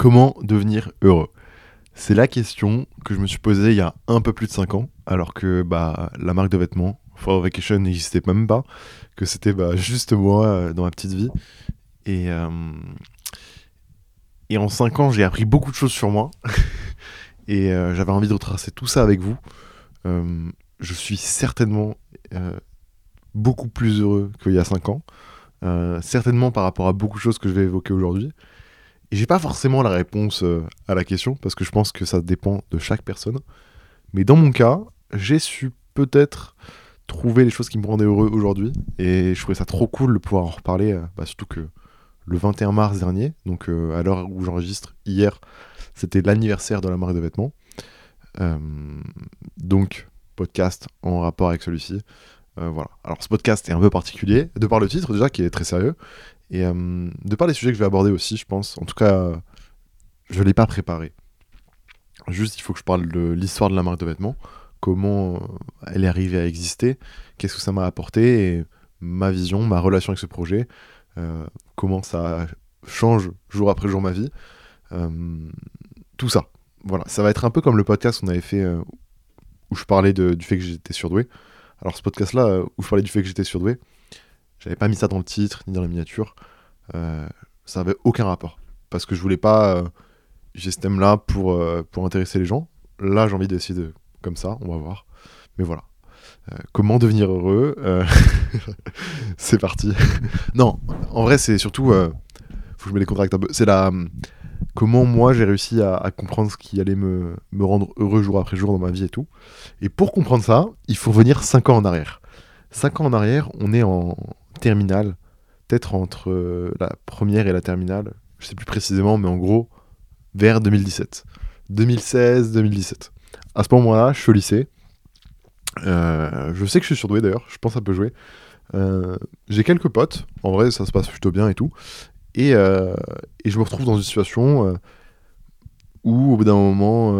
Comment devenir heureux? C'est la question que je me suis posée il y a un peu plus de 5 ans, alors que la marque de vêtements, For Vacation, n'existait même pas, que c'était juste moi dans ma petite vie. Et, euh, et en 5 ans, j'ai appris beaucoup de choses sur moi, et j'avais envie de retracer tout ça avec vous. Euh, je suis certainement euh, beaucoup plus heureux qu'il y a 5 ans, certainement par rapport à beaucoup de choses que je vais évoquer aujourd'hui. Et j'ai pas forcément la réponse à la question, parce que je pense que ça dépend de chaque personne. Mais dans mon cas, j'ai su peut-être trouver les choses qui me rendaient heureux aujourd'hui. Et je trouvais ça trop cool de pouvoir en reparler, surtout que le 21 mars dernier, donc à l'heure où j'enregistre, hier, c'était l'anniversaire de la marque de vêtements. Euh, donc, podcast en rapport avec celui-ci. Voilà. Alors, ce podcast est un peu particulier, de par le titre déjà, qui est très sérieux. Et de par les sujets que je vais aborder aussi, je pense. En tout cas, je ne l'ai pas préparé. Juste, il faut que je parle de l'histoire de la marque de vêtements, comment elle est arrivée à exister, qu'est-ce que ça m'a apporté, et ma vision, ma relation avec ce projet, comment ça change jour après jour ma vie, euh, tout ça. Voilà, ça va être un peu comme le podcast qu'on avait fait où je parlais du fait que j'étais surdoué. Alors ce podcast-là, où je parlais du fait que j'étais surdoué, j'avais pas mis ça dans le titre ni dans la miniature, ça avait aucun rapport. Parce que je voulais pas... j'ai ce thème-là pour intéresser les gens. Là, j'ai envie d'essayer comme ça, on va voir. Mais voilà. Comment devenir heureux C'est parti. Non, en vrai, c'est surtout... faut que je me les contracte un peu. C'est comment moi, j'ai réussi à comprendre ce qui allait me rendre heureux jour après jour dans ma vie et tout. Et pour comprendre ça, il faut revenir 5 ans en arrière. 5 ans en arrière, on est en terminale. Peut-être entre la première et la terminale. Je sais plus précisément, mais en gros... vers 2017. 2016-2017. À ce moment-là, je suis au lycée. Je sais que je suis surdoué d'ailleurs, je pense que ça peut jouer. J'ai quelques potes, en vrai ça se passe plutôt bien et tout. Et je me retrouve dans une situation où au bout d'un moment,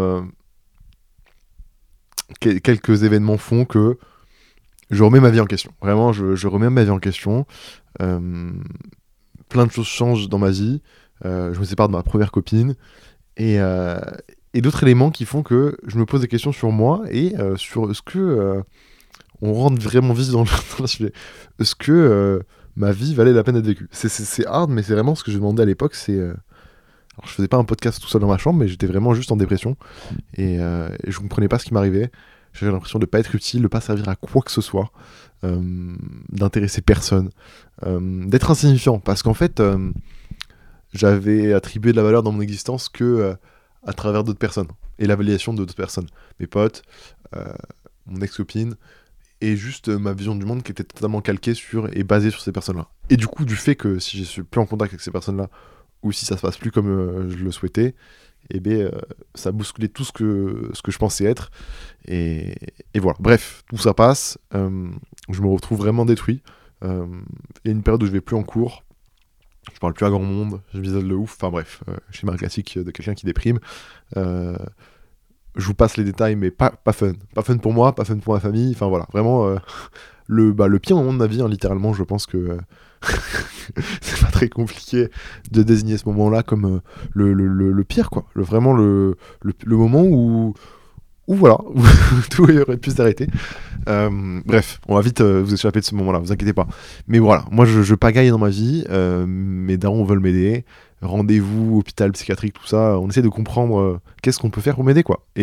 quelques événements font que je remets ma vie en question. Vraiment, je remets ma vie en question. Plein de choses changent dans ma vie. Je me sépare de ma première copine. Et, euh, et d'autres éléments qui font que je me pose des questions sur moi et sur est-ce que on rentre vraiment vite dans le sujet. Est-ce que ma vie valait la peine d'être vécue. C'est hard, mais c'est vraiment ce que je demandais à l'époque. Alors, je faisais pas un podcast tout seul dans ma chambre, mais j'étais vraiment juste en dépression. Et je comprenais pas ce qui m'arrivait. J'avais l'impression de pas être utile, de pas servir à quoi que ce soit, d'intéresser personne, d'être insignifiant. Parce qu'en fait... j'avais attribué de la valeur dans mon existence que à travers d'autres personnes et la validation d'autres personnes, mes potes, euh, mon ex-copine et juste ma vision du monde qui était totalement calquée sur et basée sur ces personnes-là. Et du coup, du fait que si je suis plus en contact avec ces personnes-là ou si ça se passe plus comme je le souhaitais, ça bousculait tout ce que je pensais être et voilà. Bref, tout ça passe, je me retrouve vraiment détruit. Il y a une période où je vais plus en cours. Je parle plus à grand monde, je m'isole de ouf, enfin bref, schéma classique de quelqu'un qui déprime. Euh, je vous passe les détails, mais pas fun. Pas fun pour moi, pas fun pour ma famille, enfin voilà, vraiment le pire moment de ma vie, hein, littéralement, je pense que c'est pas très compliqué de désigner ce moment-là comme le pire, quoi. Vraiment le moment où voilà, où tout aurait pu s'arrêter. Bref, on va vite vous échapper de ce moment-là, vous inquiétez pas. Mais voilà, moi je pagaille dans ma vie, mes darons veulent m'aider, rendez-vous, hôpital psychiatrique, tout ça, on essaie de comprendre qu'est-ce qu'on peut faire pour m'aider, quoi.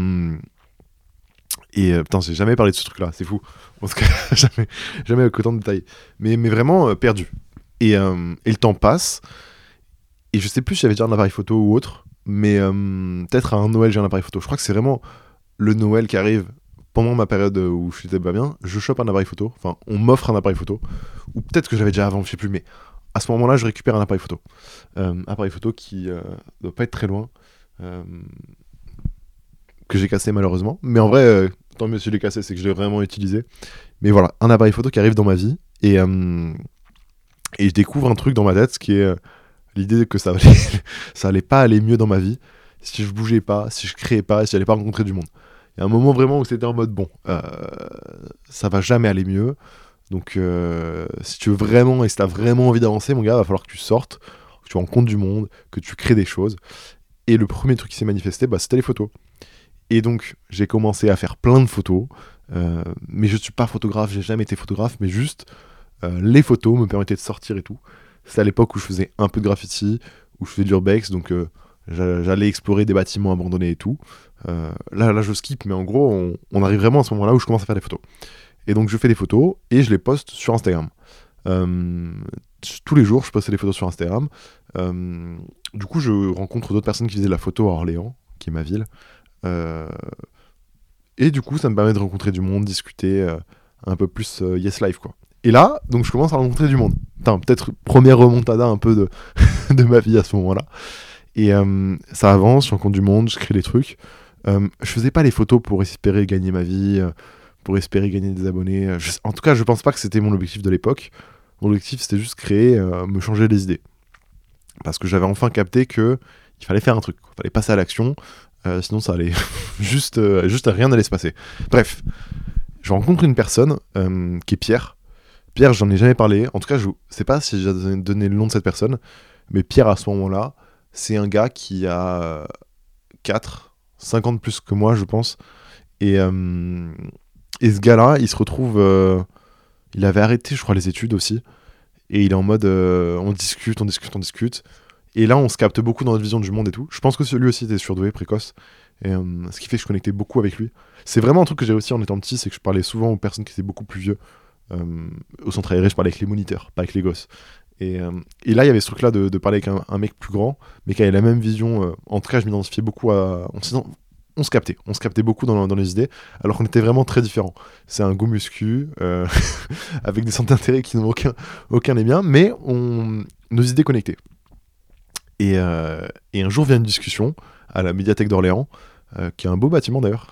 Putain, j'ai jamais parlé de ce truc-là, c'est fou. En tout cas, jamais avec autant de détails. Mais vraiment perdu. Et le temps passe, et je sais plus si j'avais déjà un appareil photo ou autre, mais peut-être à un Noël j'ai un appareil photo. Je crois que c'est vraiment le Noël qui arrive pendant ma période où je n'étais pas bien, je chope un appareil photo, enfin on m'offre un appareil photo, ou peut-être que j'avais déjà avant, je sais plus, mais à ce moment-là je récupère un appareil photo. Appareil photo qui doit pas être très loin, que j'ai cassé malheureusement, mais en vrai, tant mieux si je l'ai cassé, c'est que je l'ai vraiment utilisé. Mais voilà, un appareil photo qui arrive dans ma vie, et je découvre un truc dans ma tête qui est l'idée que ça allait pas aller mieux dans ma vie si je bougeais pas, si je créais pas, si j'allais pas rencontrer du monde. Il y a un moment vraiment où c'était en mode bon, ça va jamais aller mieux. Donc si tu veux vraiment et si t'as vraiment envie d'avancer, mon gars, va falloir que tu sortes, que tu rencontres du monde, que tu crées des choses. Et le premier truc qui s'est manifesté, c'était les photos. Et donc, j'ai commencé à faire plein de photos. Mais je suis pas photographe, j'ai jamais été photographe, mais juste les photos me permettaient de sortir et tout. C'est à l'époque où je faisais un peu de graffiti, où je faisais de l'urbex, donc j'allais explorer des bâtiments abandonnés et tout. Là, je skip, mais en gros, on arrive vraiment à ce moment-là où je commence à faire des photos. Et donc, je fais des photos et je les poste sur Instagram. Tous les jours, je postais des photos sur Instagram. Du coup, je rencontre d'autres personnes qui faisaient de la photo à Orléans, qui est ma ville. Et du coup, ça me permet de rencontrer du monde, discuter un peu plus Yes Life, quoi. Et là, donc, je commence à rencontrer du monde. Peut-être première remontada un peu de, de ma vie à ce moment-là. Et ça avance, je rencontre du monde, je crée des trucs. Je faisais pas les photos pour espérer gagner ma vie, pour espérer gagner des abonnés. En tout cas, je pense pas que c'était mon objectif de l'époque. Mon objectif, c'était juste créer, me changer les idées. Parce que j'avais enfin capté qu'il fallait faire un truc. Il fallait passer à l'action. Sinon, ça allait juste rien n'allait se passer. Bref, je rencontre une personne qui est Pierre. Pierre, j'en ai jamais parlé. En tout cas, je sais pas si j'ai donné le nom de cette personne. Mais Pierre, à ce moment-là, c'est un gars qui a 5 ans de plus que moi, je pense. Et ce gars-là, il se retrouve... il avait arrêté, je crois, les études aussi. Et il est en mode... on discute. Et là, on se capte beaucoup dans notre vision du monde et tout. Je pense que lui aussi était surdoué, précoce. Et ce qui fait que je connectais beaucoup avec lui. C'est vraiment un truc que j'ai aussi en étant petit, c'est que je parlais souvent aux personnes qui étaient beaucoup plus vieux. Au centre aéré, je parlais avec les moniteurs, pas avec les gosses. Et là, il y avait ce truc-là de parler avec un mec plus grand, mais qui avait la même vision. En tout cas, je m'identifiais beaucoup à... On se captait beaucoup dans les idées, alors qu'on était vraiment très différents. C'est un go muscu, avec des centres d'intérêt qui n'ont aucun des miens, mais nos idées connectées. Et un jour vient une discussion à la médiathèque d'Orléans, qui est un beau bâtiment d'ailleurs,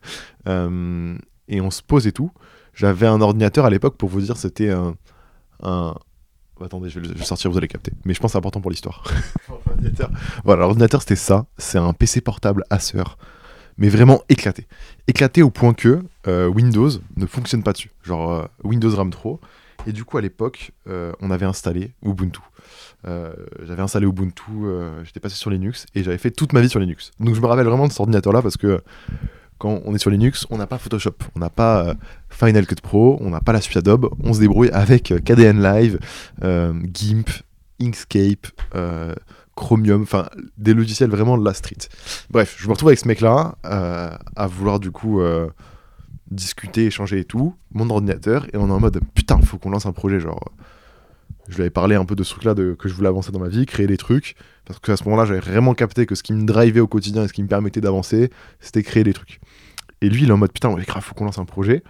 et on se pose et tout. J'avais un ordinateur à l'époque, pour vous dire, c'était un... Attendez, je vais sortir, vous allez capter. Mais je pense que c'est important pour l'histoire. Voilà, l'ordinateur c'était ça, c'est un PC portable Acer, mais vraiment éclaté. Éclaté au point que Windows ne fonctionne pas dessus. Genre Windows rame trop. Et du coup, à l'époque, on avait installé Ubuntu. J'avais installé Ubuntu, j'étais passé sur Linux, et j'avais fait toute ma vie sur Linux. Donc je me rappelle vraiment de cet ordinateur-là, parce que quand on est sur Linux, on n'a pas Photoshop, on n'a pas Final Cut Pro, on n'a pas la suite Adobe, on se débrouille avec KDN Live, GIMP, Inkscape, Chromium, enfin des logiciels vraiment de la street. Bref, je me retrouve avec ce mec-là à vouloir du coup discuter, échanger et tout, mon ordinateur, et on est en mode putain, faut qu'on lance un projet, genre je lui avais parlé un peu de ce truc-là que je voulais avancer dans ma vie, créer des trucs, parce qu'à ce moment-là, j'avais vraiment capté que ce qui me drivait au quotidien et ce qui me permettait d'avancer, c'était créer des trucs. Et lui, il est en mode putain, ouais, grave, faut qu'on lance un projet.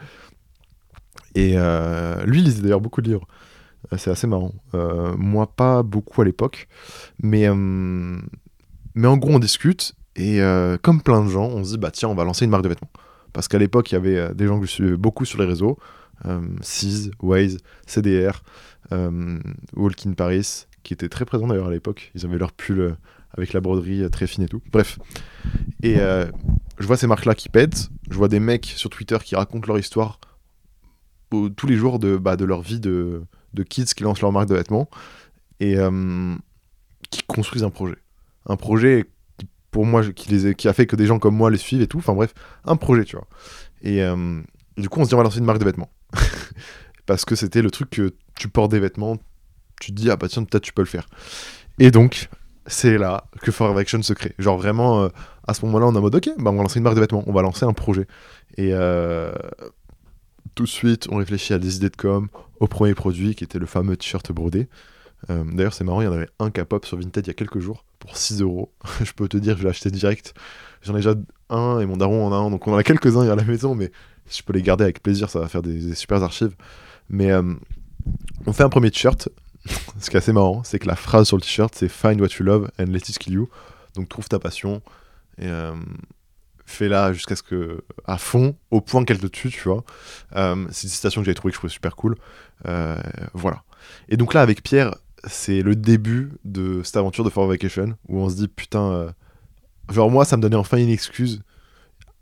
Et lui, il lisait d'ailleurs beaucoup de livres. C'est assez marrant. Moi, pas beaucoup à l'époque, mais en gros, on discute, et comme plein de gens, on se dit bah tiens, on va lancer une marque de vêtements. Parce qu'à l'époque, il y avait des gens que je suivais beaucoup sur les réseaux, Seas, Waze, CDR, Walk in Paris, qui était très présent d'ailleurs à l'époque. Ils avaient leur pull avec la broderie très fine et tout. Bref. Et je vois ces marques-là qui pètent. Je vois des mecs sur Twitter qui racontent leur histoire tous les jours de leur vie de kids qui lancent leur marque de vêtements et qui construisent un projet. Un projet qui, pour moi, qui a fait que des gens comme moi les suivent et tout. Enfin bref, un projet, tu vois. Et du coup, on se dit on va lancer une marque de vêtements. Parce que c'était le truc que tu portes des vêtements, tu te dis ah bah tiens, peut-être tu peux le faire. Et donc, c'est là que Forever Action se crée. Genre vraiment, à ce moment-là, on est en mode ok, bah on va lancer une marque de vêtements, on va lancer un projet. Et tout de suite, on réfléchit à des idées de com, au premier produit qui était le fameux t-shirt brodé. D'ailleurs, c'est marrant, il y en avait un qui a pop sur Vinted il y a quelques jours pour 6€. Je peux te dire, je l'ai acheté direct. J'en ai déjà un et mon daron en a un, donc on en a quelques-uns à la maison, mais si je peux les garder avec plaisir, ça va faire des super archives. Mais on fait un premier t-shirt. Ce qui est assez marrant, c'est que la phrase sur le t-shirt, c'est Find what you love and let it kill you. Donc trouve ta passion et fais-la jusqu'à ce que, à fond, au point qu'elle te tue, tu vois. C'est une citation que j'avais trouvée que je trouvais super cool. Voilà. Et donc là, avec Pierre, c'est le début de cette aventure de Forever Vacation où on se dit putain, genre moi, ça me donnait enfin une excuse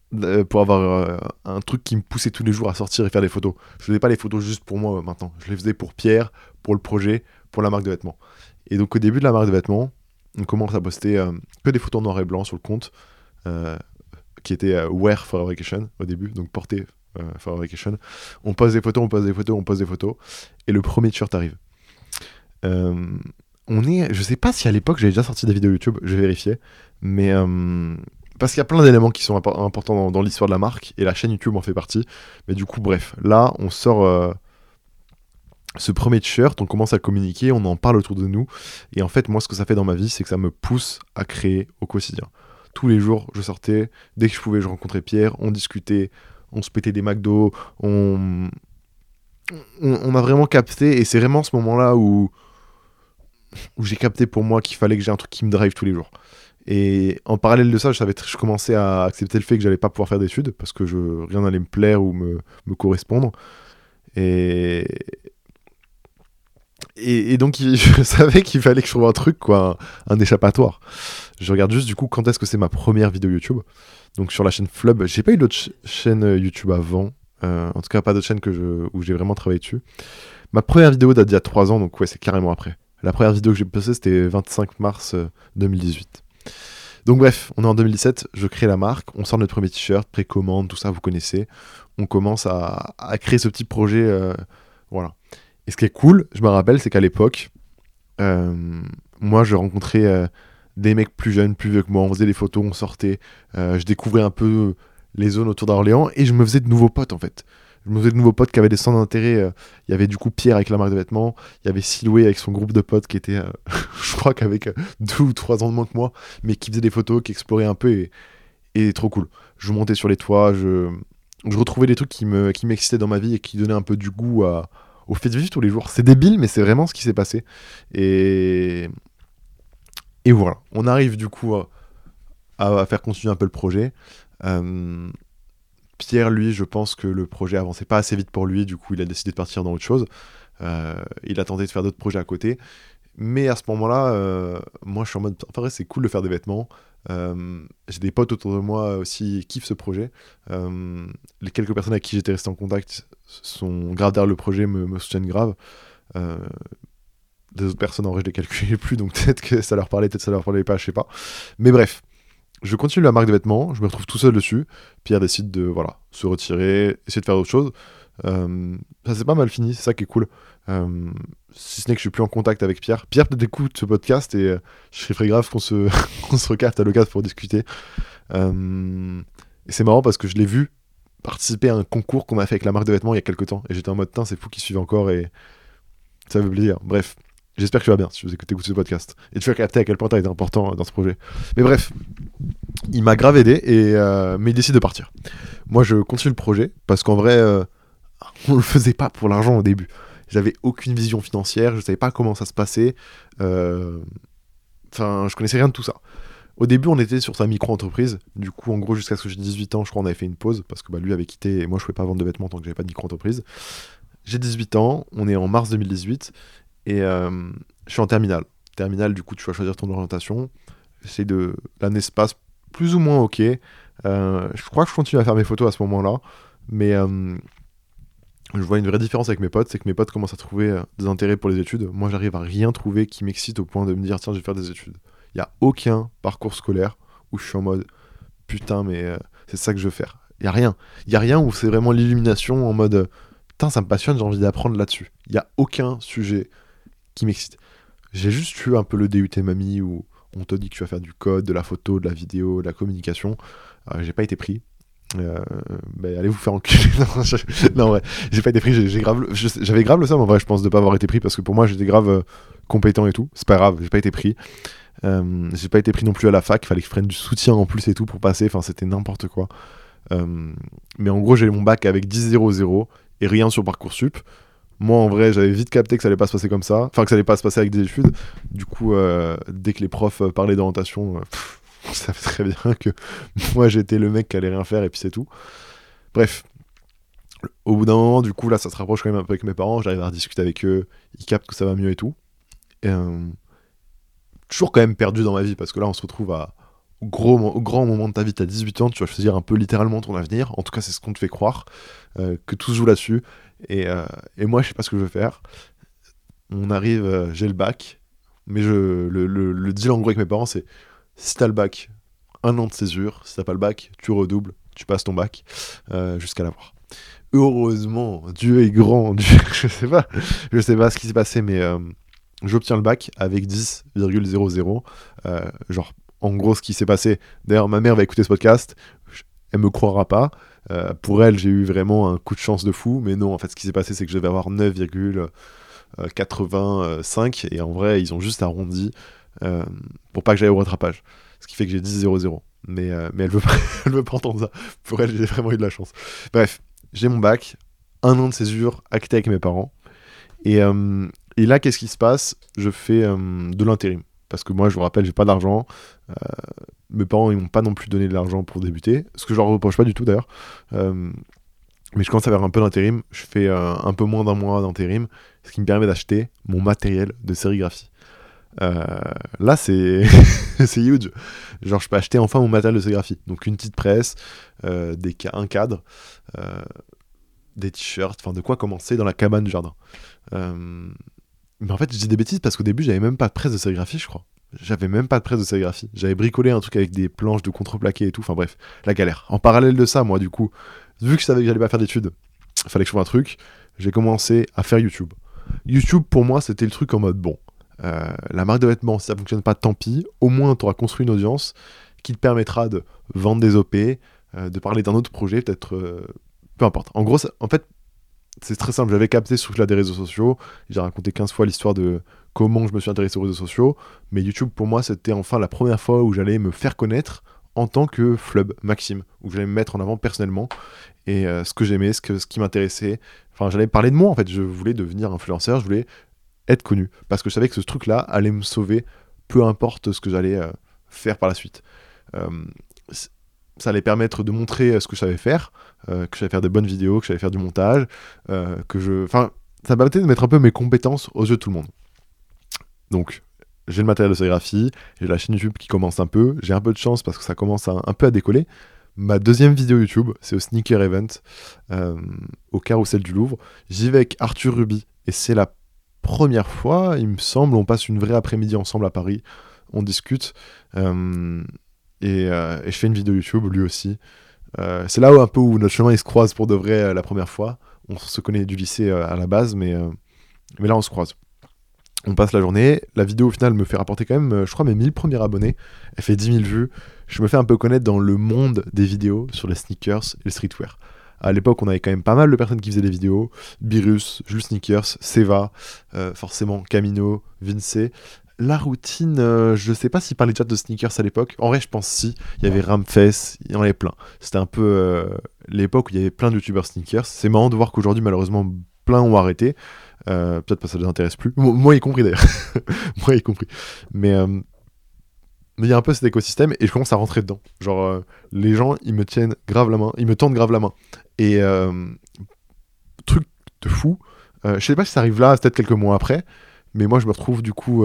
pour avoir un truc qui me poussait tous les jours à sortir et faire des photos. Je faisais pas les photos juste pour moi maintenant. Je les faisais pour Pierre, pour le projet, pour la marque de vêtements. Et donc au début de la marque de vêtements, on commence à poster que des photos noir et blanc sur le compte, euh, qui était Wear for Vacation au début, donc porter for Vacation. On poste des photos, on poste des photos, on poste des photos, et le premier t-shirt arrive. Je sais pas si à l'époque j'avais déjà sorti des vidéos YouTube, je vais vérifier, mais parce qu'il y a plein d'éléments qui sont importants dans l'histoire de la marque, et la chaîne YouTube en fait partie. Mais du coup, bref, là, on sort ce premier t-shirt, on commence à communiquer, on en parle autour de nous, et en fait, moi, ce que ça fait dans ma vie, c'est que ça me pousse à créer au quotidien. Tous les jours, je sortais, dès que je pouvais, je rencontrais Pierre, on discutait, on se pétait des McDo, on a vraiment capté, et c'est vraiment ce moment-là où j'ai capté pour moi qu'il fallait que j'ai un truc qui me drive tous les jours. Et en parallèle de ça, je commençais à accepter le fait que j'allais pas pouvoir faire d'études parce que rien n'allait me plaire ou me correspondre. Et, et donc, je savais qu'il fallait que je trouve un truc, quoi, un échappatoire. Je regarde juste du coup quand est-ce que c'est ma première vidéo YouTube. Donc sur la chaîne Flub, j'ai pas eu d'autres chaînes YouTube avant. En tout cas, pas d'autres chaînes où j'ai vraiment travaillé dessus. Ma première vidéo date d'il y a 3 ans, donc ouais, c'est carrément après. La première vidéo que j'ai postée, c'était 25 mars 2018. Donc bref, on est en 2017, je crée la marque, on sort notre premier t-shirt, précommande, tout ça, vous connaissez. On commence à créer ce petit projet, voilà. Et ce qui est cool, je me rappelle, c'est qu'à l'époque, moi, je rencontrais des mecs plus jeunes, plus vieux que moi, on faisait des photos, on sortait, je découvrais un peu les zones autour d'Orléans, et je me faisais de nouveaux potes, en fait. Je me faisais de nouveaux potes qui avaient des centres d'intérêt. Il y avait du coup Pierre avec la marque de vêtements. Il y avait Siloué avec son groupe de potes qui était, je crois qu'avec 2 ou 3 ans de moins que moi, mais qui faisait des photos, qui explorait un peu et trop cool. Je montais sur les toits, je retrouvais des trucs qui m'excitaient dans ma vie et qui donnaient un peu du goût au fait de vivre tous les jours. C'est débile, mais c'est vraiment ce qui s'est passé. Et, et voilà. On arrive du coup à faire continuer un peu le projet. Pierre, lui, je pense que le projet avançait pas assez vite pour lui, du coup il a décidé de partir dans autre chose. Il a tenté de faire d'autres projets à côté. Mais à ce moment-là, moi je suis en mode, en vrai c'est cool de faire des vêtements. J'ai des potes autour de moi aussi qui kiffent ce projet. Les quelques personnes avec qui j'étais resté en contact sont grave derrière le projet, me soutiennent grave. Des autres personnes, en vrai je les calculais plus, donc peut-être que ça leur parlait, peut-être que ça leur parlait pas, je sais pas. Mais bref, je continue la marque de vêtements, je me retrouve tout seul dessus. Pierre décide de se retirer, essayer de faire autre chose. Ça s'est pas mal fini, c'est ça qui est cool. Si ce n'est que je suis plus en contact avec Pierre. Pierre peut-être écoute ce podcast et je serais très grave qu'on se, qu'on se recapte à l'occasion pour discuter. Et c'est marrant parce que je l'ai vu participer à un concours qu'on a fait avec la marque de vêtements il y a quelques temps. Et j'étais en mode, c'est fou qu'il suive encore et ça fait plaisir. Bref, j'espère que tu vas bien si tu écoutes ce podcast. Et tu vas capter à quel point tu as été important dans ce projet. Mais bref, il m'a grave aidé, mais il décide de partir. Moi, je continue le projet, parce qu'en vrai, on le faisait pas pour l'argent au début. J'avais aucune vision financière, je savais pas comment ça se passait. Je connaissais rien de tout ça. Au début, on était sur sa micro-entreprise. Du coup, en gros, jusqu'à ce que j'ai 18 ans, je crois, on avait fait une pause, parce que lui avait quitté, et moi, je pouvais pas vendre de vêtements tant que j'avais pas de micro-entreprise. J'ai 18 ans, on est en mars 2018, et je suis en terminale. Terminale, du coup, tu vas choisir ton orientation. L'année se passe plus ou moins ok. Je crois que je continue à faire mes photos à ce moment-là, mais je vois une vraie différence avec mes potes, c'est que mes potes commencent à trouver des intérêts pour les études. Moi, j'arrive à rien trouver qui m'excite au point de me dire tiens, je vais faire des études. Il y a aucun parcours scolaire où je suis en mode putain, mais c'est ça que je veux faire. Il y a rien. Il y a rien où c'est vraiment l'illumination en mode putain, ça me passionne, j'ai envie d'apprendre là-dessus. Il y a aucun sujet qui m'excite. J'ai juste eu un peu le DUT Mamie où on te dit que tu vas faire du code, de la photo, de la vidéo, de la communication. J'ai pas été pris. Allez vous faire enculer. Non, ouais, j'ai pas été pris. J'avais grave le seum en vrai, je pense, de pas avoir été pris parce que pour moi j'étais grave compétent et tout. C'est pas grave, j'ai pas été pris. J'ai pas été pris non plus à la fac. Fallait que je prenne du soutien en plus et tout pour passer. Enfin, c'était n'importe quoi. Mais en gros, j'ai eu mon bac avec 10,00 et rien sur Parcoursup. Moi, en vrai, j'avais vite capté que ça allait pas se passer comme ça. Enfin, que ça allait pas se passer avec des études. Du coup, dès que les profs parlaient d'orientation, on savait très bien que moi, j'étais le mec qui allait rien faire et puis c'est tout. Bref. Au bout d'un moment, du coup, là, ça se rapproche quand même un peu avec mes parents. J'arrive à discuter avec eux. Ils captent que ça va mieux et tout. Et, toujours quand même perdu dans ma vie parce que là, on se retrouve à grand moment de ta vie, t'as 18 ans, tu vas choisir un peu littéralement ton avenir. En tout cas, c'est ce qu'on te fait croire, que tout se joue là-dessus. Et moi, je sais pas ce que je veux faire. On arrive, j'ai le bac, mais le deal en gros avec mes parents, c'est si t'as le bac, 1 an de césure. Si t'as pas le bac, tu redoubles, tu passes ton bac jusqu'à l'avoir. Heureusement, Dieu est grand. Je sais pas ce qui s'est passé, mais j'obtiens le bac avec 10,00. Genre, en gros, ce qui s'est passé. D'ailleurs, ma mère va écouter ce podcast. Elle me croira pas. Pour elle, j'ai eu vraiment un coup de chance de fou. Mais non, en fait, ce qui s'est passé, c'est que je devais avoir 9,85. Et en vrai, ils ont juste arrondi pour pas que j'aille au rattrapage. Ce qui fait que j'ai 10,00. Mais elle veut pas, elle veut pas entendre ça. Pour elle, j'ai vraiment eu de la chance. Bref, j'ai mon bac. 1 an de césure acté avec mes parents. Et là, qu'est-ce qui se passe? Je fais de l'intérim. Parce que moi, je vous rappelle, j'ai pas d'argent. Euh, Mes parents, ils m'ont pas non plus donné de l'argent pour débuter. Ce que je leur reproche pas du tout d'ailleurs. Mais je commence à faire un peu d'intérim. Je fais un peu moins d'1 mois d'intérim. Ce qui me permet d'acheter mon matériel de sérigraphie. Là, c'est c'est huge. Genre, je peux acheter enfin mon matériel de sérigraphie. Donc, une petite presse, un cadre, des t-shirts, enfin, de quoi commencer dans la cabane du jardin. Mais en fait, je dis des bêtises parce qu'au début, j'avais même pas de presse de sérigraphie, je crois. J'avais même pas de presse de sérigraphie. J'avais bricolé un truc avec des planches de contreplaqué et tout. Enfin bref, la galère. En parallèle de ça, moi, du coup, vu que je savais que j'allais pas faire d'études, il fallait que je trouve un truc. J'ai commencé à faire YouTube. YouTube, pour moi, c'était le truc en mode bon. La marque de vêtements, si ça fonctionne pas, tant pis. Au moins, tu auras construit une audience qui te permettra de vendre des OP, de parler d'un autre projet, peut-être. Peu importe. En gros, en fait, c'est très simple. J'avais capté ce truc-là des réseaux sociaux. J'ai raconté 15 fois l'histoire de comment je me suis intéressé aux réseaux sociaux. Mais YouTube, pour moi, c'était enfin la première fois où j'allais me faire connaître en tant que Flub Maxime, où j'allais me mettre en avant personnellement et ce que j'aimais, ce qui m'intéressait. Enfin, j'allais parler de moi en fait. Je voulais devenir influenceur, je voulais être connu parce que je savais que ce truc-là allait me sauver, peu importe ce que j'allais faire par la suite. Euh, Ça allait permettre de montrer ce que je savais faire, que je savais faire des bonnes vidéos, que je savais faire du montage, Enfin, ça permettait de mettre un peu mes compétences aux yeux de tout le monde. Donc, j'ai le matériel de sérigraphie, j'ai la chaîne YouTube qui commence un peu, j'ai un peu de chance parce que ça commence un peu à décoller. Ma deuxième vidéo YouTube, c'est au Sneaker Event, au Carrousel du Louvre. J'y vais avec Arthur Ruby, et c'est la première fois, il me semble, on passe une vraie après-midi ensemble à Paris, on discute, et je fais une vidéo YouTube, lui aussi. C'est là où un peu où notre chemin il se croise pour de vrai la première fois. On se connaît du lycée à la base, mais là on se croise. On passe la journée. La vidéo au final me fait rapporter quand même, je crois, mes 1000 premiers abonnés. Elle fait 10 000 vues. Je me fais un peu connaître dans le monde des vidéos sur les sneakers et le streetwear. À l'époque, on avait quand même pas mal de personnes qui faisaient des vidéos. Birus, Jules Sneakers, Seva, forcément Camino, Vince. La routine, je sais pas s'il parlait déjà de sneakers à l'époque. En vrai, je pense si. Il y avait Ramfess, il y en avait plein. C'était un peu l'époque où il y avait plein de youtubeurs sneakers. C'est marrant de voir qu'aujourd'hui, malheureusement, plein ont arrêté. Peut-être parce que ça ne les intéresse plus. Moi y compris d'ailleurs. Moi y compris. Mais il y a un peu cet écosystème et je commence à rentrer dedans. Genre, les gens, ils me tiennent grave la main. Ils me tendent grave la main. Et truc de fou. Je sais pas si ça arrive là, peut-être quelques mois après. Mais moi, je me retrouve du coup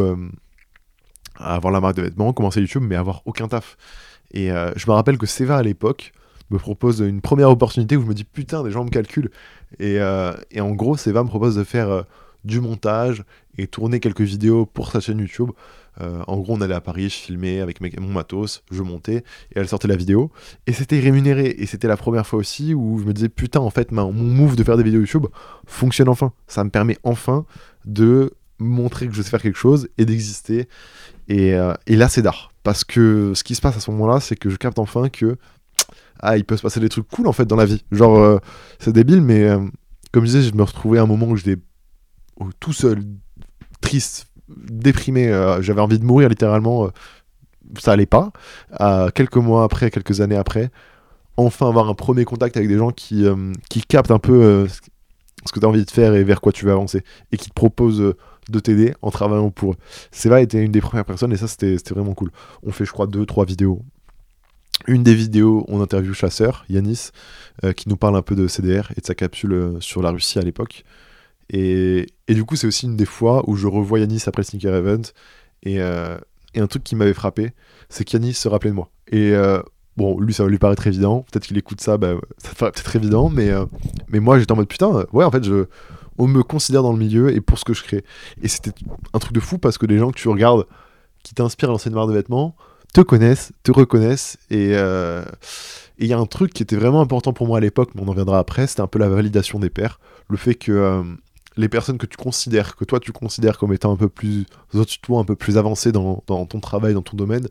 à avoir la marque de vêtements, commencer YouTube, mais avoir aucun taf. Et je me rappelle que Seva à l'époque me propose une première opportunité où je me dis putain, des gens me calculent. Et en gros, Seva me propose de faire du montage et tourner quelques vidéos pour sa chaîne YouTube. En gros, on allait à Paris, je filmais avec mon matos, je montais et elle sortait la vidéo. Et c'était rémunéré. Et c'était la première fois aussi où je me disais putain, en fait, mon move de faire des vidéos YouTube fonctionne enfin. Ça me permet enfin de montrer que je sais faire quelque chose et d'exister. Et là, c'est d'art. Parce que ce qui se passe à ce moment-là, c'est que je capte enfin que il peut se passer des trucs cool en fait dans la vie. Genre, c'est débile, mais comme je disais, je me retrouvais à un moment où j'étais tout seul, triste, déprimé. J'avais envie de mourir littéralement. Ça allait pas. Quelques mois après, quelques années après, enfin avoir un premier contact avec des gens qui captent un peu ce que tu as envie de faire et vers quoi tu veux avancer. Et qui te proposent de t'aider en travaillant pour eux. Seva était une des premières personnes et ça c'était vraiment cool. On fait je crois 2-3 vidéos. Une des vidéos, on interview Chasseur, Yanis, qui nous parle un peu de CDR et de sa capsule sur la Russie à l'époque. Et du coup, c'est aussi une des fois où je revois Yanis après le Sneaker Event. Et un truc qui m'avait frappé, c'est qu'Yanis se rappelait de moi. Et bon, lui, ça va lui paraître évident. Peut-être qu'il écoute ça, bah, ça paraît peut-être évident, mais moi, j'étais en mode putain, ouais, en fait, on me considère dans le milieu et pour ce que je crée. Et c'était un truc de fou parce que les gens que tu regardes qui t'inspirent à lancer une marque de vêtements te connaissent, te reconnaissent. Et il y a un truc qui était vraiment important pour moi à l'époque, mais on en reviendra après, c'était un peu la validation des pairs. Le fait que les personnes que toi tu considères comme étant un peu plus au-dessus de toi, un peu plus avancées dans ton travail, dans ton domaine,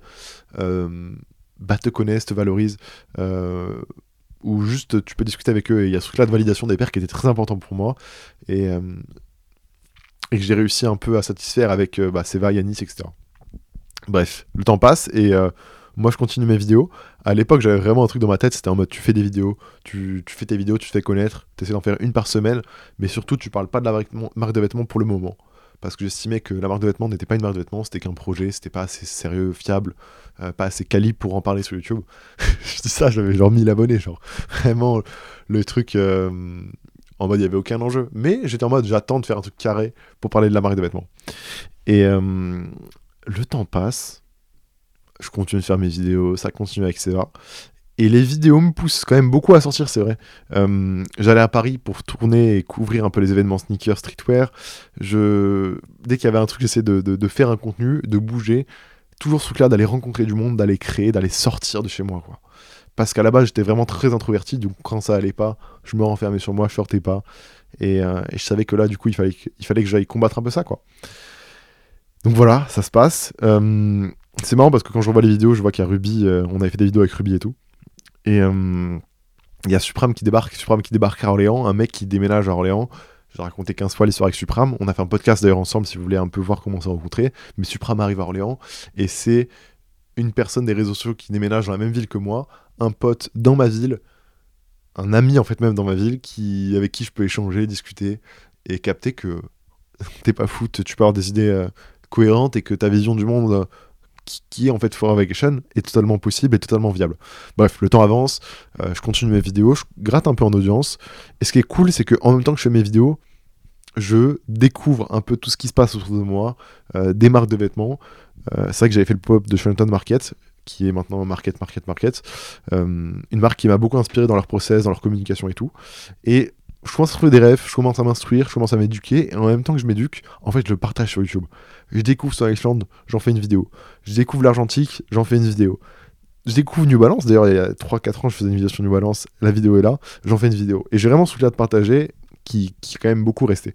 bah, te connaissent, te valorisent. Ou juste tu peux discuter avec eux. Et il y a ce truc-là de validation des pairs qui était très important pour moi. Et que j'ai réussi un peu à satisfaire avec Seva, Yanis, etc. Bref, le temps passe et moi je continue mes vidéos. À l'époque, j'avais vraiment un truc dans ma tête, c'était en mode tu fais des vidéos, tu fais tes vidéos, tu te fais connaître, tu essaies d'en faire une par semaine, mais surtout tu parles pas de la marque de vêtements pour le moment. Parce que j'estimais que la marque de vêtements n'était pas une marque de vêtements, c'était qu'un projet, c'était pas assez sérieux, fiable, pas assez quali pour en parler sur YouTube. Je dis ça, j'avais genre 1000 abonnés, genre vraiment le truc en mode il y avait aucun enjeu. Mais j'étais en mode j'attends de faire un truc carré pour parler de la marque de vêtements. Et le temps passe, je continue de faire mes vidéos, ça continue avec Seva. Et les vidéos me poussent quand même beaucoup à sortir, c'est vrai. J'allais à Paris pour tourner et couvrir un peu les événements sneakers, streetwear. Dès qu'il y avait un truc, j'essayais de faire un contenu, de bouger. Toujours ce truc-là d'aller rencontrer du monde, d'aller créer, d'aller sortir de chez moi, quoi. Parce qu'à la base, j'étais vraiment très introverti, donc quand ça allait pas, je me renfermais sur moi, je sortais pas. Et je savais que là, du coup, il fallait que j'aille combattre un peu ça, quoi. Donc voilà, ça se passe. C'est marrant parce que quand je revois les vidéos, je vois qu'il y a Ruby, on avait fait des vidéos avec Ruby et tout. Et il y a Supram qui débarque à Orléans, un mec qui déménage à Orléans. J'ai raconté 15 fois l'histoire avec Supram. On a fait un podcast d'ailleurs ensemble si vous voulez un peu voir comment on s'est rencontrés. Mais Supram arrive à Orléans et c'est une personne des réseaux sociaux qui déménage dans la même ville que moi, un pote dans ma ville, un ami en fait même dans ma ville, avec qui je peux échanger, discuter et capter que t'es pas fou, tu peux avoir des idées cohérentes et que ta vision du monde qui est en fait For Vacation est totalement possible et totalement viable. Bref, le temps avance, je continue mes vidéos, je gratte un peu en audience, et ce qui est cool, c'est que en même temps que je fais mes vidéos, je découvre un peu tout ce qui se passe autour de moi, des marques de vêtements. C'est vrai que j'avais fait le pop-up de Shelton Market, qui est maintenant Market. Une marque qui m'a beaucoup inspiré dans leur process, dans leur communication et tout. Et je commence à trouver des rêves, je commence à m'instruire, je commence à m'éduquer, et en même temps que je m'éduque, en fait, je le partage sur YouTube. Je découvre sur Iceland, j'en fais une vidéo. Je découvre l'Argentique, j'en fais une vidéo. Je découvre New Balance, d'ailleurs, il y a 3-4 ans, je faisais une vidéo sur New Balance, la vidéo est là, j'en fais une vidéo. Et j'ai vraiment ce truc-là de partager qui est quand même beaucoup resté.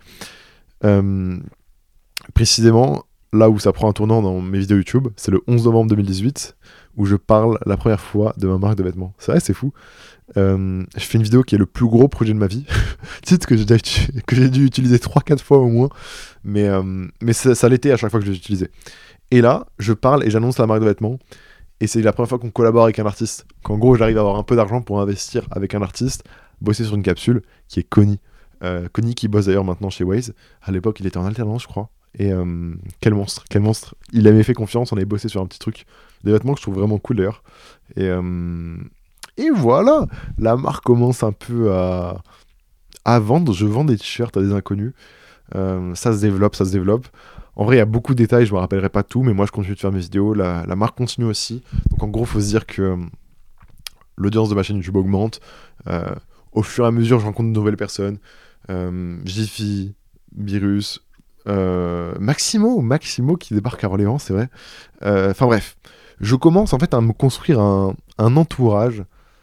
Précisément, là où ça prend un tournant dans mes vidéos YouTube, c'est le 11 novembre 2018, où je parle la première fois de ma marque de vêtements. C'est vrai, c'est fou. Je fais une vidéo qui est le plus gros projet de ma vie. Titre que j'ai dû utiliser 3-4 fois au moins, mais ça l'était à chaque fois que je l'utilisais. Et là, je parle et j'annonce la marque de vêtements, et c'est la première fois qu'on collabore avec un artiste. Qu'en gros, j'arrive à avoir un peu d'argent pour investir avec un artiste, bosser sur une capsule qui est Connie. Connie qui bosse d'ailleurs maintenant chez Waze. À l'époque, il était en alternance, je crois. Et quel monstre. Il avait fait confiance, on avait bossé sur un petit truc. Des vêtements que je trouve vraiment cool d'ailleurs. Et voilà, la marque commence un peu à vendre. Je vends des t-shirts à des inconnus. Ça se développe. En vrai, il y a beaucoup de détails, je me rappellerai pas tout, mais moi je continue de faire mes vidéos. La marque continue aussi. Donc en gros, il faut se dire que l'audience de ma chaîne YouTube augmente. Au fur et à mesure, je rencontre de nouvelles personnes. Jiffy, Virus, Maximo qui débarque à Orléans, c'est vrai. Enfin bref, je commence en fait à me construire un entourage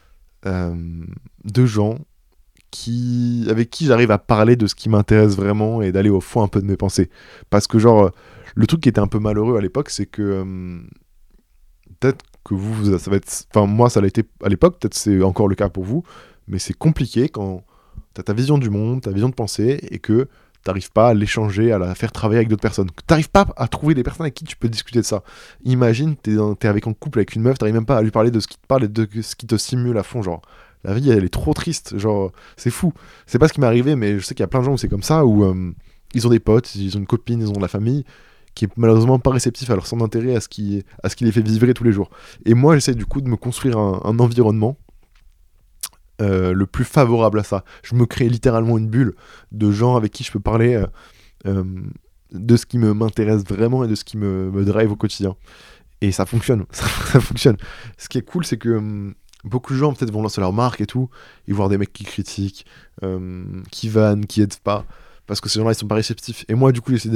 de gens avec qui j'arrive à parler de ce qui m'intéresse vraiment et d'aller au fond un peu de mes pensées. Parce que genre, le truc qui était un peu malheureux à l'époque, c'est que peut-être que vous, ça va être... Enfin, moi, ça l'a été à l'époque, peut-être c'est encore le cas pour vous, mais c'est compliqué quand t'as ta vision du monde, ta vision de pensée, et que t'arrives pas à l'échanger, à la faire travailler avec d'autres personnes. T'arrives pas à trouver des personnes avec qui tu peux discuter de ça. Imagine, t'es avec un couple avec une meuf, t'arrives même pas à lui parler de ce qui te parle et de ce qui te stimule à fond, genre... La vie, elle est trop triste, genre, c'est fou. C'est pas ce qui m'est arrivé, mais je sais qu'il y a plein de gens où c'est comme ça, où ils ont des potes, ils ont une copine, ils ont de la famille, qui est malheureusement pas réceptif à leur centre d'intérêt, à ce qui les fait vibrer tous les jours. Et moi, j'essaie du coup de me construire un environnement le plus favorable à ça. Je me crée littéralement une bulle de gens avec qui je peux parler de ce qui m'intéresse vraiment et de ce qui me drive au quotidien. Et ça fonctionne, ça fonctionne. Ce qui est cool, c'est que beaucoup de gens peut-être vont lancer leur marque et tout, et voir des mecs qui critiquent, qui vannent, qui aident pas, parce que ces gens-là, ils sont pas réceptifs. Et moi, du coup, j'essaie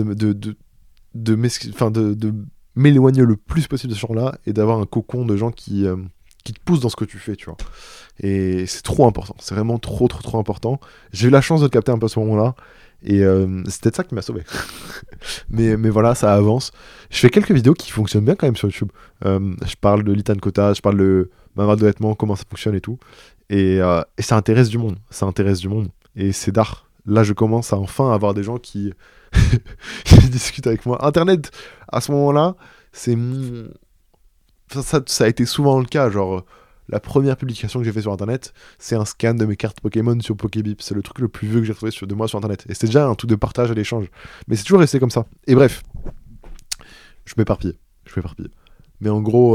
de m'éloigner le plus possible de ce genre-là, et d'avoir un cocon de gens qui te poussent dans ce que tu fais, tu vois. Et c'est trop important, c'est vraiment trop important. J'ai eu la chance de le capter un peu à ce moment-là, et c'est peut-être ça qui m'a sauvé. mais voilà, ça avance. Je fais quelques vidéos qui fonctionnent bien quand même sur YouTube. Je parle de Litan Kota, je parle de ma marque de vêtements, comment ça fonctionne et tout. Et ça intéresse du monde. Ça intéresse du monde. Et c'est d'art. Là, je commence à enfin avoir des gens qui, qui discutent avec moi. Internet, à ce moment-là, c'est mon... ça a été souvent le cas. Genre, la première publication que j'ai fait sur Internet, c'est un scan de mes cartes Pokémon sur Pokébip. C'est le truc le plus vieux que j'ai retrouvé de moi sur Internet. Et c'était déjà un truc de partage et d'échange. Mais c'est toujours resté comme ça. Et bref, je m'éparpille. Mais en gros,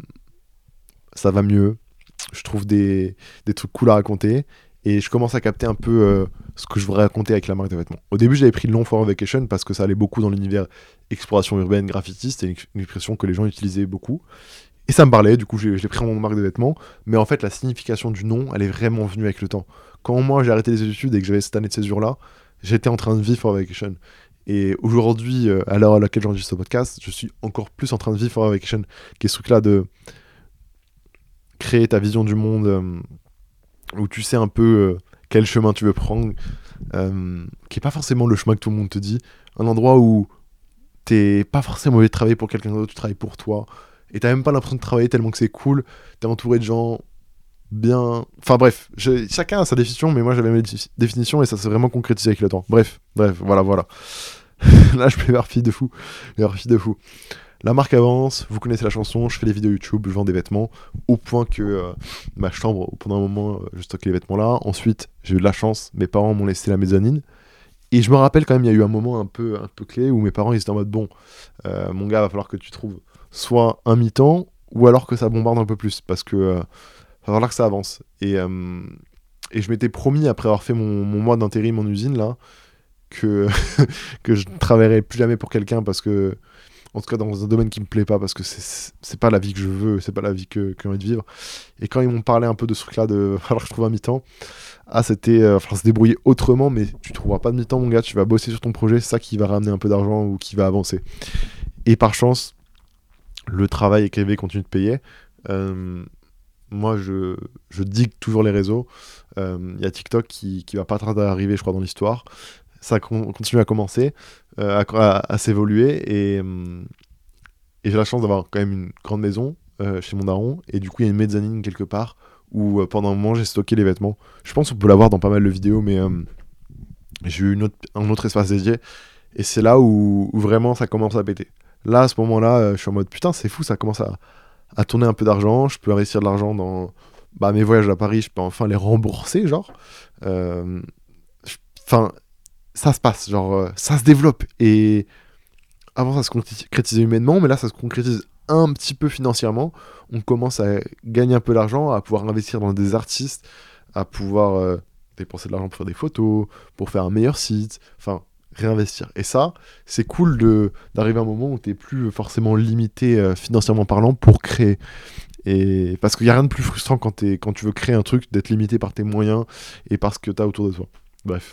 ça va mieux. Je trouve des trucs cool à raconter. Et je commence à capter un peu ce que je voudrais raconter avec la marque de vêtements. Au début, j'avais pris le long for vacation parce que ça allait beaucoup dans l'univers exploration urbaine, graffiti. C'était une expression que les gens utilisaient beaucoup. Et ça me parlait, du coup, je l'ai pris en marque de vêtements. Mais en fait, la signification du nom, elle est vraiment venue avec le temps. Quand moi, j'ai arrêté les études et que j'avais cette année de césure-là, j'étais en train de vivre for vacation. Et aujourd'hui, à l'heure à laquelle j'enregistre ce podcast, je suis encore plus en train de vivre for vacation, qui est ce truc-là de créer ta vision du monde, où tu sais un peu quel chemin tu veux prendre, qui est pas forcément le chemin que tout le monde te dit, un endroit où t'es pas forcément obligé de travailler pour quelqu'un d'autre, tu travailles pour toi, et t'as même pas l'impression de travailler tellement que c'est cool, t'es entouré de gens bien... Enfin bref, chacun a sa définition, mais moi j'avais mes définitions et ça s'est vraiment concrétisé avec le temps. Bref, voilà. Là je m'éparpille de fou. La marque avance, vous connaissez la chanson, je fais des vidéos YouTube, je vends des vêtements, au point que ma chambre, pendant un moment, je stockais les vêtements là. Ensuite, j'ai eu de la chance, mes parents m'ont laissé la mezzanine. Et je me rappelle quand même, il y a eu un moment un peu clé où mes parents ils étaient en mode bon, mon gars, va falloir que tu trouves soit un mi-temps, ou alors que ça bombarde un peu plus, parce que va falloir que ça avance. Et je m'étais promis, après avoir fait mon mois d'intérim en usine là, que, que je ne travaillerais plus jamais pour quelqu'un, parce que en tout cas dans un domaine qui me plaît pas, parce que c'est pas la vie que je veux, c'est pas la vie que j'ai envie de vivre. Et quand ils m'ont parlé un peu de ce truc là de falloir que je trouve un mi-temps, c'était falloir se débrouiller autrement, mais tu trouveras pas de mi-temps mon gars, tu vas bosser sur ton projet, c'est ça qui va ramener un peu d'argent ou qui va avancer. Et par chance, le travail et KV continue de payer. Moi je digue toujours les réseaux. Y a TikTok qui va pas tarder à arriver, je crois, dans l'histoire. Ça continue à commencer, à s'évoluer, et j'ai la chance d'avoir quand même une grande maison chez mon daron, et du coup il y a une mezzanine quelque part où pendant un moment j'ai stocké les vêtements. Je pense qu'on peut l'avoir dans pas mal de vidéos, mais j'ai eu un autre espace dédié, et c'est là où vraiment ça commence à péter. Là à ce moment-là, je suis en mode putain c'est fou, ça commence à tourner un peu d'argent, je peux investir de l'argent dans mes voyages à Paris, je peux enfin les rembourser, genre. Enfin, ça se passe, genre, ça se développe. Et avant, ça se concrétisait humainement, mais là, ça se concrétise un petit peu financièrement. On commence à gagner un peu d'argent, à pouvoir investir dans des artistes, à pouvoir dépenser de l'argent pour faire des photos, pour faire un meilleur site, enfin, réinvestir. Et ça, c'est cool d'arriver à un moment où t'es plus forcément limité financièrement parlant pour créer. Et parce qu'il n'y a rien de plus frustrant quand tu veux créer un truc, d'être limité par tes moyens et par ce que t'as autour de toi. Bref.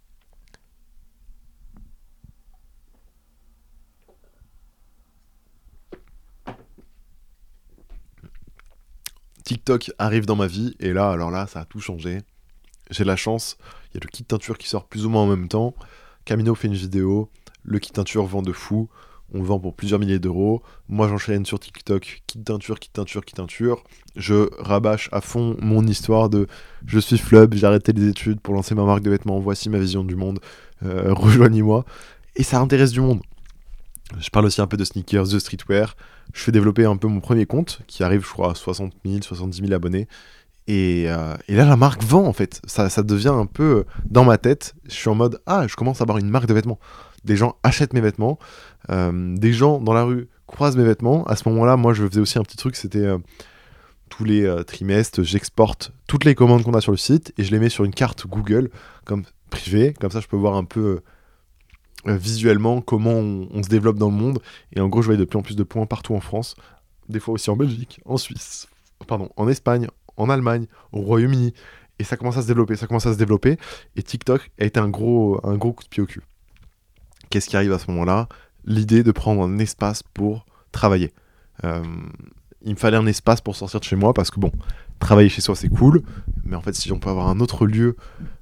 TikTok arrive dans ma vie, et là, alors là, ça a tout changé. J'ai la chance, il y a le kit teinture qui sort plus ou moins en même temps. Camino fait une vidéo, le kit teinture vend de fou, on le vend pour plusieurs milliers d'euros. Moi, j'enchaîne sur TikTok, kit teinture. Je rabâche à fond mon histoire de je suis flub, j'ai arrêté les études pour lancer ma marque de vêtements, voici ma vision du monde, rejoignez-moi. Et ça intéresse du monde. Je parle aussi un peu de sneakers, de streetwear. Je fais développer un peu mon premier compte, qui arrive, je crois, à 60 000, 70 000 abonnés. Et là, la marque vend, en fait. Ça devient un peu dans ma tête. Je suis en mode, je commence à avoir une marque de vêtements. Des gens achètent mes vêtements. Des gens dans la rue croisent mes vêtements. À ce moment-là, moi, je faisais aussi un petit truc. C'était tous les trimestres, j'exporte toutes les commandes qu'on a sur le site et je les mets sur une carte Google, comme privée. Comme ça, je peux voir un peu visuellement comment on se développe dans le monde. Et en gros, je voyais de plus en plus de points partout en France, des fois aussi en Belgique, en Suisse, en Espagne, en Allemagne, au Royaume-Uni. Et ça commence à se développer. Et TikTok a été un gros coup de pied au cul. Qu'est-ce qui arrive à ce moment-là? L'idée de prendre un espace pour travailler. Il me fallait un espace pour sortir de chez moi parce que bon, travailler chez soi c'est cool, mais en fait si on peut avoir un autre lieu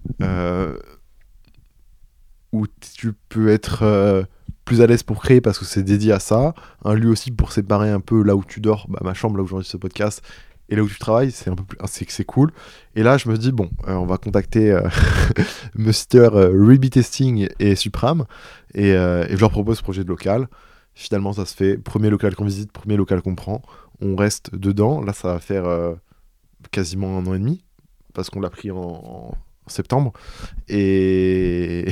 où tu peux être plus à l'aise pour créer parce que c'est dédié à ça, un lieu aussi pour séparer un peu là où tu dors, ma chambre là où j'enregistre ce podcast, et là où tu travailles, c'est un peu plus, c'est cool. Et là je me dis bon, on va contacter Mr. Ruby Testing et Supram et je leur propose ce projet de local. Finalement ça se fait, premier local qu'on visite, premier local qu'on prend, on reste dedans. Là ça va faire quasiment 1 an et demi parce qu'on l'a pris en septembre. Et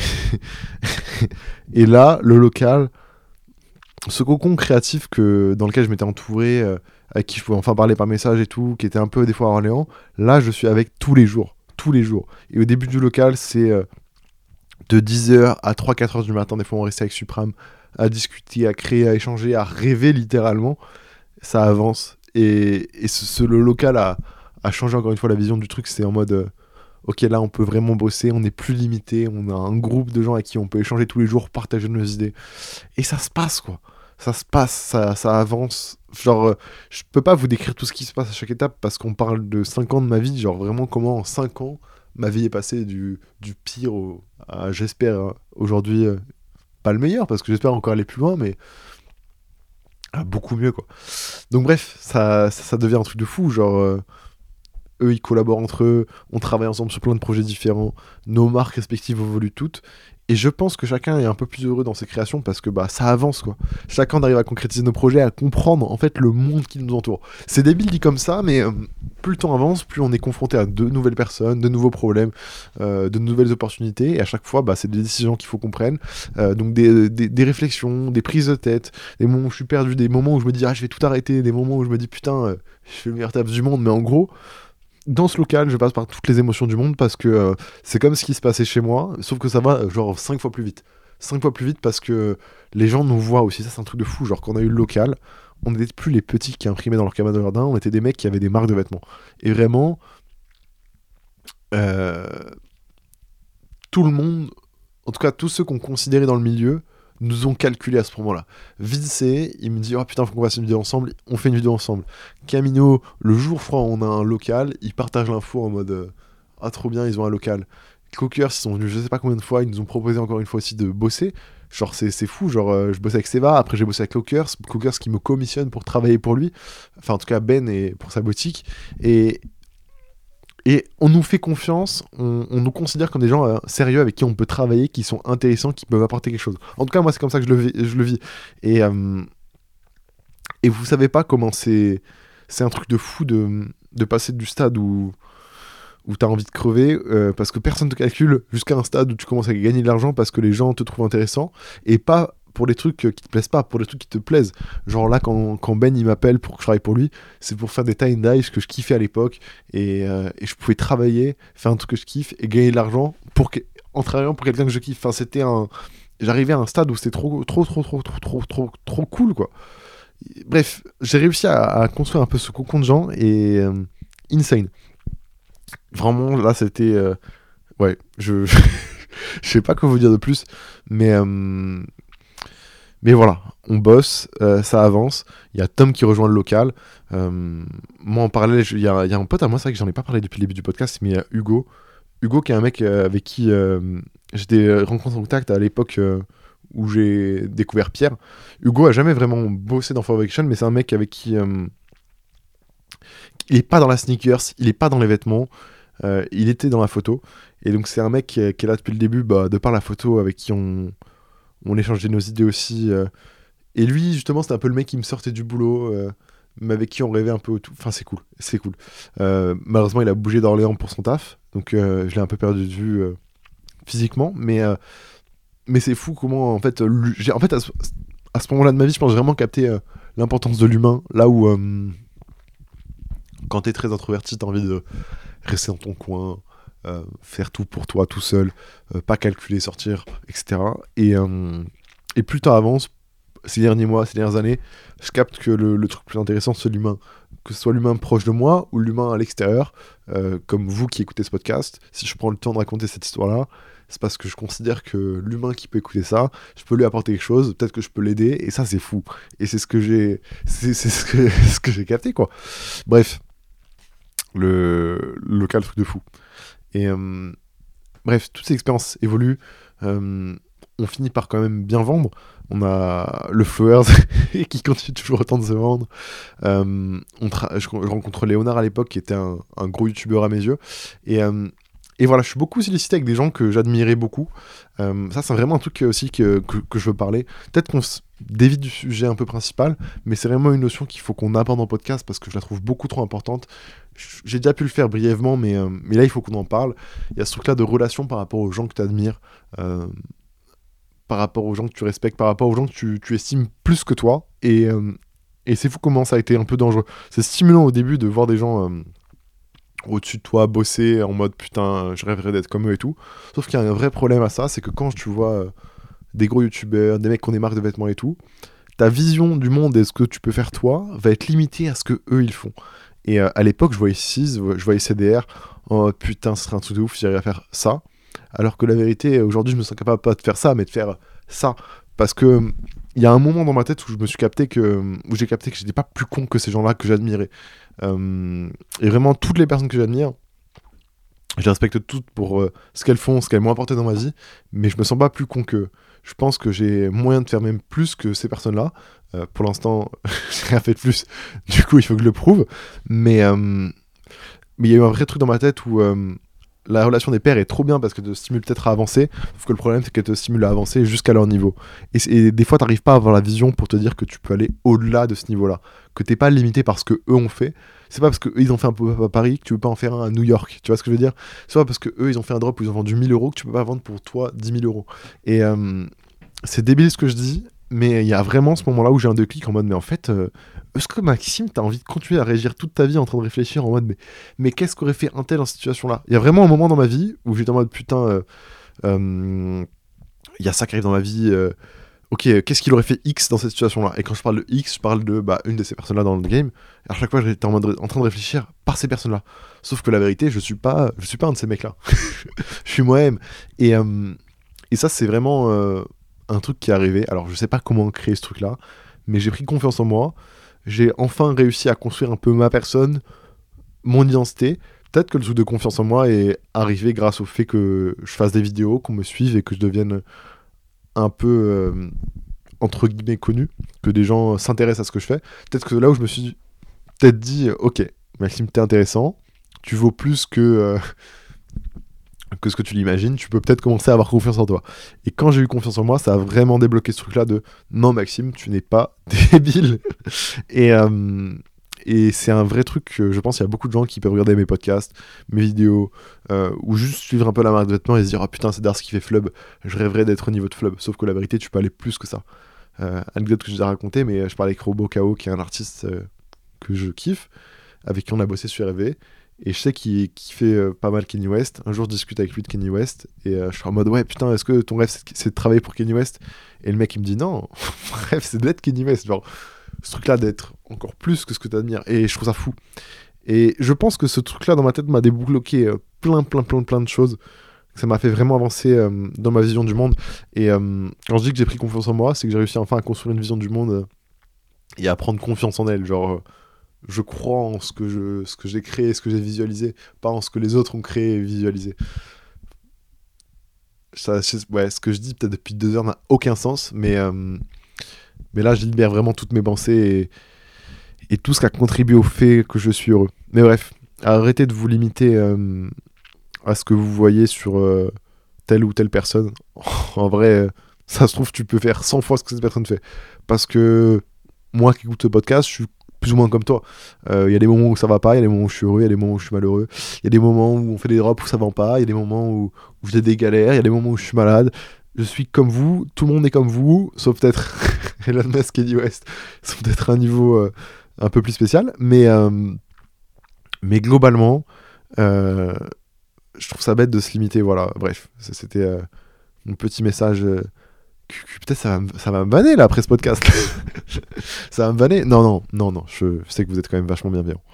et là, le local, ce cocon créatif dans lequel je m'étais entouré, avec qui je pouvais enfin parler par message et tout, qui était un peu des fois à Orléans, là, je suis avec tous les jours. Tous les jours. Et au début du local, c'est de 10h à 3-4h du matin, des fois on restait avec Supram, à discuter, à créer, à échanger, à rêver littéralement. Ça avance. Et le local a changé encore une fois la vision du truc. C'est en mode... ok, là on peut vraiment bosser, on n'est plus limité, on a un groupe de gens avec qui on peut échanger tous les jours, partager nos idées. Et ça se passe quoi. Ça se passe, ça avance. Genre, je peux pas vous décrire tout ce qui se passe à chaque étape parce qu'on parle de 5 ans de ma vie, genre vraiment comment en 5 ans ma vie est passée du pire à, j'espère, aujourd'hui, pas le meilleur parce que j'espère encore aller plus loin, mais beaucoup mieux quoi. Donc bref, ça devient un truc de fou, genre... eux, ils collaborent entre eux, on travaille ensemble sur plein de projets différents, nos marques respectives évoluent toutes, et je pense que chacun est un peu plus heureux dans ses créations parce que ça avance quoi. Chacun arrive à concrétiser nos projets, à comprendre en fait le monde qui nous entoure. C'est débile dit comme ça, mais plus le temps avance, plus on est confronté à de nouvelles personnes, de nouveaux problèmes, de nouvelles opportunités, et à chaque fois, c'est des décisions qu'il faut qu'on prenne, donc des réflexions, des prises de tête, des moments où je suis perdu, des moments où je me dis je vais tout arrêter, des moments où je me dis putain, je fais le meilleur taf du monde, mais en gros... Dans ce local, je passe par toutes les émotions du monde parce que c'est comme ce qui se passait chez moi, sauf que ça va genre 5 fois plus vite. 5 fois plus vite parce que les gens nous voient aussi, ça c'est un truc de fou. Genre quand on a eu le local, on n'était plus les petits qui imprimaient dans leur cabane de jardin, on était des mecs qui avaient des marques de vêtements. Et vraiment, euh, tout le monde, en tout cas tous ceux qu'on considérait dans le milieu, nous ont calculé à ce moment-là. Vinci, il me dit oh putain faut qu'on fasse une vidéo ensemble, on fait une vidéo ensemble. Camino, le jour je crois on a un local, ils partagent l'info en mode ah trop bien ils ont un local. Cookers ils sont venus je sais pas combien de fois, ils nous ont proposé encore une fois aussi de bosser. Genre c'est fou, genre je bossais avec Seva, après j'ai bossé avec Cookers qui me commissionne pour travailler pour lui, enfin en tout cas Ben et pour sa boutique, et on nous fait confiance, on nous considère comme des gens sérieux avec qui on peut travailler, qui sont intéressants, qui peuvent apporter quelque chose. En tout cas, moi, c'est comme ça que je le vis. Et vous savez pas comment c'est un truc de fou de passer du stade où t'as envie de crever, parce que personne te calcule, jusqu'à un stade où tu commences à gagner de l'argent parce que les gens te trouvent intéressant, et pas pour les trucs qui te plaisent pas, pour les trucs qui te plaisent. Genre là, quand Ben il m'appelle pour que je travaille pour lui, c'est pour faire des tie and dye, ce que je kiffais à l'époque, et je pouvais travailler, faire un truc que je kiffe, et gagner de l'argent en travaillant pour quelqu'un que je kiffe. Enfin, j'arrivais à un stade où c'était trop cool, quoi. Bref, j'ai réussi à construire un peu ce cocon de gens, et insane. Vraiment, là, c'était... ouais, je sais pas quoi vous dire de plus, mais voilà, on bosse, ça avance. Il y a Tom qui rejoint le local. Moi, en parallèle, il y a un pote à moi, c'est vrai que j'en ai pas parlé depuis le début du podcast, mais il y a Hugo. Hugo, qui est un mec avec qui j'étais rencontré en contact à l'époque où j'ai découvert Pierre. Hugo a jamais vraiment bossé dans For Action, mais c'est un mec avec qui... il est pas dans la sneakers, il est pas dans les vêtements, il était dans la photo. Et donc, c'est un mec qui est là depuis le début, de par la photo, avec qui on échangeait nos idées aussi. Et lui, justement, c'était un peu le mec qui me sortait du boulot, mais avec qui on rêvait un peu tout. Enfin, c'est cool, c'est cool. Malheureusement, il a bougé d'Orléans pour son taf, donc je l'ai un peu perdu de vue physiquement, mais c'est fou comment, en fait, à ce moment-là de ma vie, je pense vraiment capter l'importance de l'humain, là où, quand t'es très introverti, t'as envie de rester dans ton coin, faire tout pour toi, tout seul, pas calculer, sortir, etc. Et plus le temps avance, ces derniers mois, ces dernières années, je capte que le truc plus intéressant, c'est l'humain. Que ce soit l'humain proche de moi ou l'humain à l'extérieur, comme vous qui écoutez ce podcast. Si je prends le temps de raconter cette histoire-là, c'est parce que je considère que l'humain qui peut écouter ça, je peux lui apporter quelque chose, peut-être que je peux l'aider, et ça c'est fou. Et c'est ce que j'ai, c'est ce que j'ai capté, quoi. Bref, le local, truc de fou. Et bref, toutes ces expériences évoluent. On finit par quand même bien vendre. On a le Flowers qui continue toujours autant de se vendre. Je rencontre Léonard à l'époque, qui était un gros youtubeur à mes yeux. Et voilà, je suis beaucoup sollicité avec des gens que j'admirais beaucoup. Ça, c'est vraiment un truc aussi que je veux parler. Peut-être qu'on dévie du sujet un peu principal, mais c'est vraiment une notion qu'il faut qu'on aborde en podcast parce que je la trouve beaucoup trop importante. J'ai déjà pu le faire brièvement, mais là, il faut qu'on en parle. Il y a ce truc-là de relation par rapport aux gens que tu admires, par rapport aux gens que tu respectes, par rapport aux gens que tu estimes plus que toi. Et c'est fou comment ça a été un peu dangereux. C'est stimulant au début de voir des gens au-dessus de toi bosser en mode putain, je rêverais d'être comme eux et tout. Sauf qu'il y a un vrai problème à ça, c'est que quand tu vois des gros youtubeurs, des mecs qui ont des marques de vêtements et tout, ta vision du monde et ce que tu peux faire toi va être limitée à ce que eux ils font. Et à l'époque, je voyais CIS, je voyais CDR, oh putain, ce serait un truc de ouf, j'arriverais à faire ça. Alors que la vérité, aujourd'hui, je me sens capable pas de faire ça, mais de faire ça. Parce que il y a un moment dans ma tête où j'ai capté que j'étais pas plus con que ces gens-là que j'admirais. Et vraiment, toutes les personnes que j'admire, je les respecte toutes pour ce qu'elles font, ce qu'elles m'ont apporté dans ma vie, mais je me sens pas plus con qu'eux. Je pense que j'ai moyen de faire même plus que ces personnes-là. Pour l'instant, j'ai rien fait de plus. Du coup, il faut que je le prouve. Mais il y a eu un vrai truc dans ma tête où la relation des pairs est trop bien parce qu'elle te stimule peut-être à avancer, sauf que le problème c'est qu'elle te stimule à avancer jusqu'à leur niveau. Et des fois t'arrives pas à avoir la vision pour te dire que tu peux aller au-delà de ce niveau-là, que t'es pas limité par ce que eux ont fait. C'est pas parce que eux ils ont fait un pop-up à Paris que tu peux pas en faire un à New York, tu vois ce que je veux dire. C'est pas parce que eux ils ont fait un drop où ils ont vendu 1000 euros que tu peux pas vendre pour toi 10 000 euros. Et c'est débile ce que je dis, mais il y a vraiment ce moment-là où j'ai un déclic en mode mais en fait est-ce que Maxime, t'as envie de continuer à réagir toute ta vie en train de réfléchir en mode mais qu'est-ce qu'aurait fait un tel dans cette situation-là? Il y a vraiment un moment dans ma vie où j'étais en mode putain, il y a ça qui arrive dans ma vie, ok, qu'est-ce qu'il aurait fait X dans cette situation-là? Et quand je parle de X, je parle de une de ces personnes-là dans le game. Et à chaque fois, j'étais en train de réfléchir par ces personnes-là. Sauf que la vérité, je suis pas un de ces mecs-là. Je suis moi-même. Et ça, c'est vraiment un truc qui est arrivé. Alors, je sais pas comment créer ce truc-là, mais j'ai pris confiance en moi. J'ai enfin réussi à construire un peu ma personne, mon identité. Peut-être que le truc de confiance en moi est arrivé grâce au fait que je fasse des vidéos, qu'on me suive et que je devienne un peu, entre guillemets, connu, que des gens s'intéressent à ce que je fais. Peut-être que là où je me suis peut-être dit, ok, Maxime, t'es intéressant, tu vaux plus que ce que tu l'imagines, tu peux peut-être commencer à avoir confiance en toi. Et quand j'ai eu confiance en moi, ça a vraiment débloqué ce truc-là de non Maxime, tu n'es pas débile. Et c'est un vrai truc que je pense qu'il y a beaucoup de gens qui peuvent regarder mes podcasts, mes vidéos, ou juste suivre un peu la marque de vêtements et se dire ah putain c'est Dars qui fait Flub, je rêverais d'être au niveau de Flub. Sauf que la vérité tu peux aller plus que ça. Anecdote que je vous ai raconté, mais je parlais avec Robo Kao qui est un artiste que je kiffe, avec qui on a bossé sur RV. Et je sais qu'il fait pas mal Kanye West. Un jour, je discute avec lui de Kanye West. Et je suis en mode, ouais, putain, est-ce que ton rêve, c'est de travailler pour Kanye West? Et le mec, il me dit, non, mon rêve, c'est d'être Kanye West. Genre, ce truc-là, d'être encore plus que ce que tu admires. Et je trouve ça fou. Et je pense que ce truc-là, dans ma tête, m'a débloqué plein de choses. Ça m'a fait vraiment avancer dans ma vision du monde. Et quand je dis que j'ai pris confiance en moi, c'est que j'ai réussi enfin à construire une vision du monde et à prendre confiance en elle. Genre... je crois en ce que j'ai créé, ce que j'ai visualisé, pas en ce que les autres ont créé et visualisé. Ce que je dis peut-être depuis 2 heures n'a aucun sens, mais là je libère vraiment toutes mes pensées et tout ce qui a contribué au fait que je suis heureux. Mais bref, arrêtez de vous limiter à ce que vous voyez sur telle ou telle personne. En vrai, ça se trouve tu peux faire 100 fois ce que cette personne fait. Parce que moi qui écoute ce podcast, je suis plus ou moins comme toi. Il y a des moments où ça va pas, il y a des moments où je suis heureux, il y a des moments où je suis malheureux, il y a des moments où on fait des drops où ça va pas, il y a des moments où j'ai des galères, il y a des moments où je suis malade. Je suis comme vous, tout le monde est comme vous, sauf peut-être Elon Musk et Kanye West, sont peut-être à un niveau un peu plus spécial, mais globalement, je trouve ça bête de se limiter, voilà, bref, c'était mon petit message Peut-être ça va me banner là après ce podcast. Ça va me banner. Non, je sais que vous êtes quand même vachement bienveillants.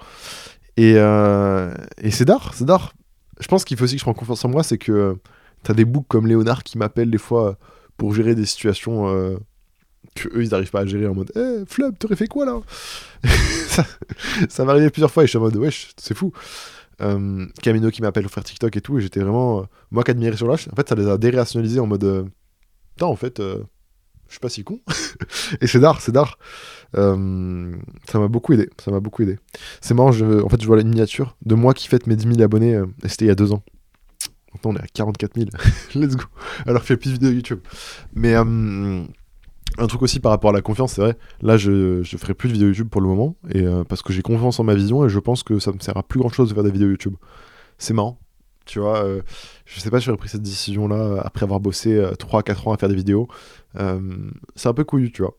Et c'est d'art. Je pense qu'il faut aussi que je prenne confiance en moi, c'est que t'as des boucs comme Léonard qui m'appellent des fois pour gérer des situations que eux ils n'arrivent pas à gérer, en mode Flub, t'aurais fait quoi là? Ça m'est arrivé plusieurs fois et je suis en mode wesh, c'est fou. Camino qui m'appelle pour faire TikTok et tout, et j'étais vraiment moi qui admirais sur l'âge, en fait ça les a dérationalisés en mode putain en fait je suis pas si con. Et c'est d'art. Ça m'a beaucoup aidé. C'est marrant, en fait je vois la miniature de moi qui fête mes 10 000 abonnés, et c'était il y a 2 ans. Maintenant on est à 44 000. Let's go. Alors que je fais plus de vidéos YouTube. Mais un truc aussi par rapport à la confiance, c'est vrai, là je ferai plus de vidéos YouTube pour le moment, et parce que j'ai confiance en ma vision et je pense que ça me sert à plus grand chose de faire des vidéos YouTube. C'est marrant, tu vois, je sais pas si j'aurais pris cette décision là après avoir bossé 3-4 ans à faire des vidéos. C'est un peu couillu, tu vois,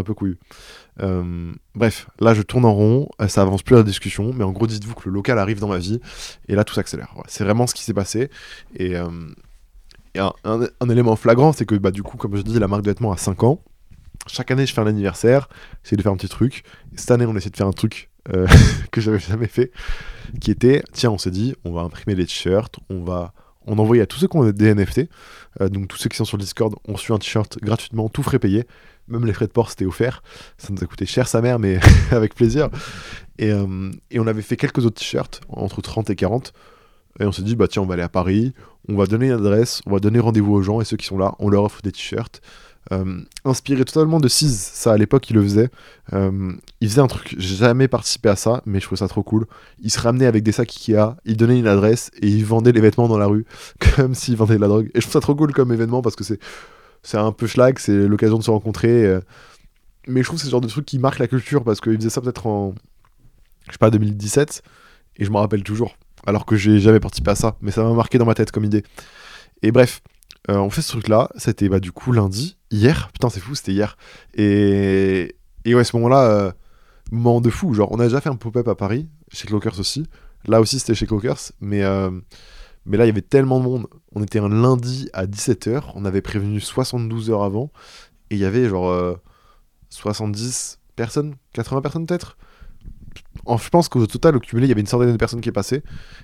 bref, là je tourne en rond, ça avance plus la discussion, mais en gros dites-vous que le local arrive dans ma vie, et là tout s'accélère. Ouais, c'est vraiment ce qui s'est passé, et un élément flagrant, c'est que du coup, comme je dis, la marque de vêtements a 5 ans. Chaque année, je fais un anniversaire, j'essaie de faire un petit truc. Et cette année, on essaie de faire un truc que j'avais jamais fait, qui était, tiens, on s'est dit, on va imprimer des t-shirts, on envoie à tous ceux qui ont des NFT, donc tous ceux qui sont sur le Discord ont reçu un t-shirt gratuitement, tout frais payé, même les frais de port c'était offert, ça nous a coûté cher sa mère, mais avec plaisir. Et on avait fait quelques autres t-shirts, entre 30 et 40, et on s'est dit, tiens, on va aller à Paris, on va donner une adresse, on va donner rendez-vous aux gens, et ceux qui sont là, on leur offre des t-shirts. Inspiré totalement de Siz, ça à l'époque il le faisait. Il faisait un truc, j'ai jamais participé à ça, mais je trouvais ça trop cool. Il se ramenait avec des sacs Ikea, il donnait une adresse et il vendait les vêtements dans la rue, comme s'il vendait de la drogue. Et je trouve ça trop cool comme événement parce que c'est un peu schlag, c'est l'occasion de se rencontrer. Mais je trouve que c'est ce genre de truc qui marque la culture parce qu'il faisait ça peut-être en, je sais pas, 2017, et je m'en rappelle toujours. Alors que j'ai jamais participé à ça, mais ça m'a marqué dans ma tête comme idée. Et bref. On fait ce truc-là, c'était du coup lundi, hier, putain c'est fou, c'était hier. Et ouais, ce moment-là, moment de fou, genre on a déjà fait un pop-up à Paris, chez Clockers aussi. Là aussi c'était chez Clockers, mais là il y avait tellement de monde. On était un lundi à 17h, on avait prévenu 72 heures avant, et il y avait genre 70 personnes, 80 personnes peut-être. Je pense qu'au total, au cumulé, il y avait une centaine de personnes qui est passée.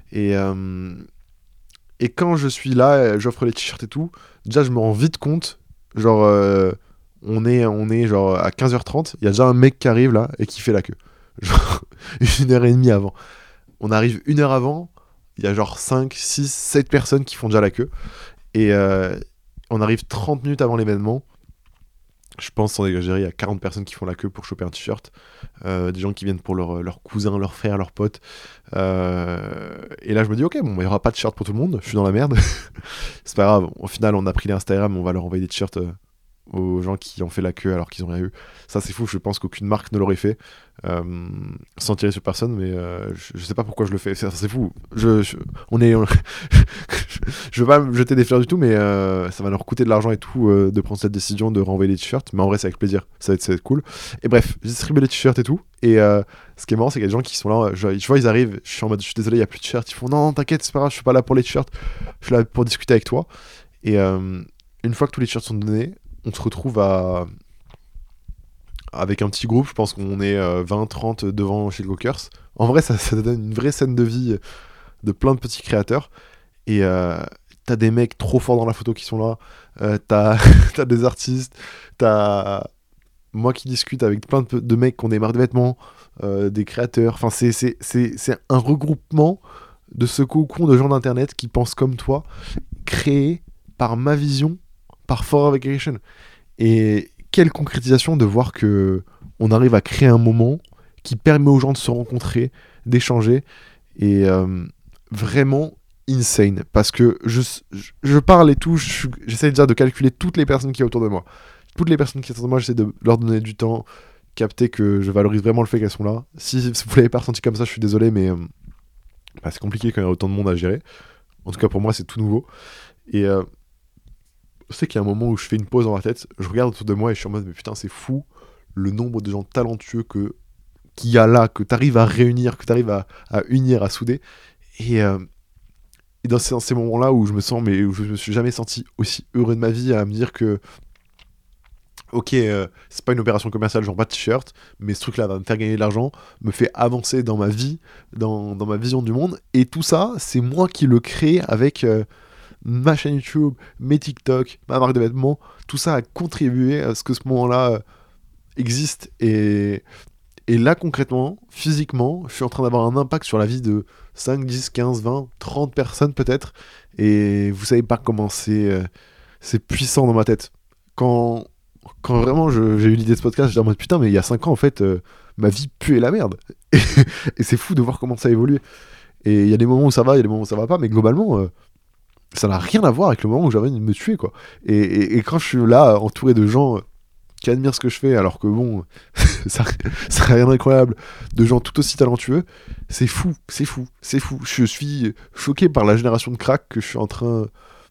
Et quand je suis là, j'offre les t-shirts et tout, déjà je me rends vite compte, genre on est genre à 15h30, il y a déjà un mec qui arrive là et qui fait la queue. Genre 1h30 avant. On arrive 1 heure avant, il y a genre 5, 6, 7 personnes qui font déjà la queue. Et on arrive 30 minutes avant l'événement. Je pense, sans exagérer, il y a 40 personnes qui font la queue pour choper un t-shirt. Des gens qui viennent pour leurs cousins, leurs frères, leurs potes. Et là, je me dis, ok, bon, il n'y aura pas de t-shirt pour tout le monde. Je suis dans la merde. C'est pas grave. Au final, on a pris les Instagram. On va leur envoyer des t-shirts aux gens qui ont fait la queue alors qu'ils n'ont rien eu. Ça, c'est fou. Je pense qu'aucune marque ne l'aurait fait. Sans tirer sur personne, mais je sais pas pourquoi je le fais. C'est fou. Je veux pas me jeter des fleurs du tout, mais ça va leur coûter de l'argent et tout de prendre cette décision de renvoyer les t-shirts. Mais en vrai, c'est avec plaisir. Ça va être cool. Et bref, j'ai distribué les t-shirts et tout. Et ce qui est marrant, c'est qu'il y a des gens qui sont là. Je vois, ils arrivent. Je suis en mode, je suis désolé, il y a plus de t-shirts. Ils font, non, t'inquiète, c'est pas grave, je suis pas là pour les t-shirts. Je suis là pour discuter avec toi. Et une fois que tous les t-shirts sont donnés, on se retrouve avec un petit groupe. Je pense qu'on est 20-30 devant chez Clockers. En vrai, ça donne une vraie scène de vie de plein de petits créateurs. Et t'as des mecs trop forts dans la photo qui sont là. T'as des artistes. T'as moi qui discute avec plein de mecs qui ont des marques de vêtements, des créateurs. Enfin, c'est un regroupement de ce cocon de gens d'internet qui pensent comme toi, créé par ma vision, par For Vacation. Et quelle concrétisation de voir que on arrive à créer un moment qui permet aux gens de se rencontrer, d'échanger, et vraiment insane. Parce que je parle et tout, j'essaie déjà de calculer toutes les personnes qui sont autour de moi. Toutes les personnes qui sont autour de moi, j'essaie de leur donner du temps, capter que je valorise vraiment le fait qu'elles sont là. Si vous l'avez pas ressenti comme ça, je suis désolé, mais c'est compliqué quand il y a autant de monde à gérer. En tout cas, pour moi, c'est tout nouveau. Et je sais qu'il y a un moment où je fais une pause dans ma tête, je regarde autour de moi et je suis en mode, mais putain, c'est fou le nombre de gens talentueux qu'il y a là, que tu arrives à réunir, que tu arrives à unir, à souder. Et dans ces moments-là où je me sens, mais où je me suis jamais senti aussi heureux de ma vie, à me dire que Ok, c'est pas une opération commerciale, genre pas de t-shirt, mais ce truc-là va me faire gagner de l'argent, me fait avancer dans ma vie, dans ma vision du monde. Et tout ça, c'est moi qui le crée avec ma chaîne YouTube, mes TikTok, ma marque de vêtements. Tout ça a contribué à ce que ce moment-là existe. Et là, concrètement, physiquement, je suis en train d'avoir un impact sur la vie de 5, 10, 15, 20, 30 personnes peut-être. Et vous savez pas comment c'est puissant dans ma tête. Quand, quand vraiment j'ai eu l'idée de ce podcast, je me dis en mode putain, mais il y a 5 ans, en fait, ma vie puait la merde. Et c'est fou de voir comment ça a évolué. Et il y a des moments où ça va, il y a des moments où ça va pas, mais globalement, ça n'a rien à voir avec le moment où j'avais envie de me tuer, quoi. Et quand je suis là, entouré de gens qui admirent ce que je fais, alors que bon, ça n'a rien d'incroyable, de gens tout aussi talentueux, c'est fou, c'est fou, c'est fou. Je suis choqué par la génération de cracks que je suis en train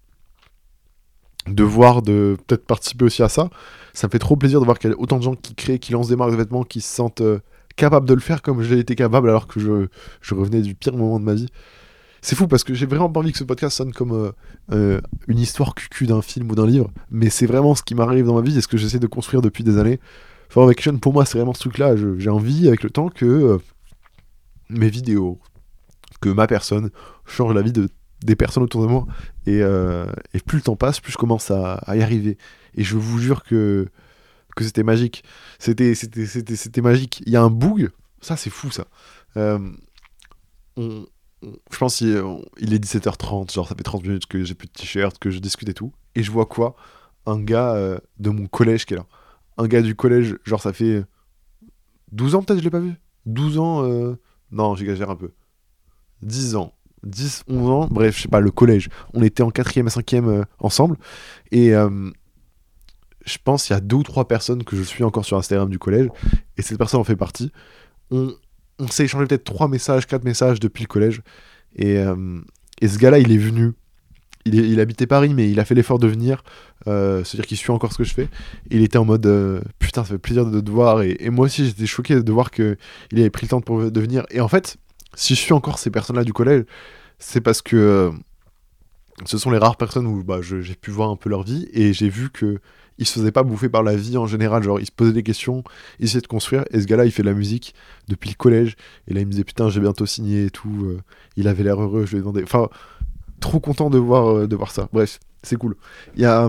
de voir, de peut-être participer aussi à ça. Ça me fait trop plaisir de voir qu'il y a autant de gens qui créent, qui lancent des marques de vêtements, qui se sentent capables de le faire comme j'ai été capable alors que je revenais du pire moment de ma vie. C'est fou parce que j'ai vraiment pas envie que ce podcast sonne comme une histoire cucu d'un film ou d'un livre, mais c'est vraiment ce qui m'arrive dans ma vie et ce que j'essaie de construire depuis des années. For Action, pour moi, c'est vraiment ce truc-là. J'ai envie, avec le temps, que mes vidéos, que ma personne change la vie des personnes autour de moi. Et plus le temps passe, plus je commence à y arriver. Et je vous jure que c'était magique. C'était magique. Il y a un bug, ça c'est fou ça. Euh, on, je pense qu'il est 17h30, genre ça fait 30 minutes que j'ai plus de t-shirt, que je discute et tout. Et je vois quoi? Un gars de mon collège qui est là. Un gars du collège, genre ça fait 12 ans peut-être je l'ai pas vu. 12 ans, non j'exagère un peu. 10 ans. 10, 11 ans, bref, je sais pas, le collège. On était en 4ème et 5ème ensemble. Et je pense qu'il y a 2 ou 3 personnes que je suis encore sur Instagram du collège. Et cette personne en fait partie. On, on s'est échangé peut-être 3 messages, 4 messages depuis le collège. Et ce gars-là, il est venu. Il habitait Paris, mais il a fait l'effort de venir. C'est-à-dire qu'il suit encore ce que je fais. Et il était en mode putain, ça fait plaisir de te voir. Et moi aussi, j'étais choqué de voir qu'il avait pris le temps de venir. Et en fait, si je suis encore ces personnes-là du collège, c'est parce que ce sont les rares personnes où bah, j'ai pu voir un peu leur vie. Et j'ai vu que ils se faisaient pas bouffer par la vie en général. Genre, ils se posaient des questions, ils essayaient de construire. Et ce gars-là, il fait de la musique depuis le collège. Et là, il me disait putain, j'ai bientôt signé et tout. Il avait l'air heureux, je lui ai demandé. Enfin, trop content de voir ça. Bref, c'est cool. Il y a.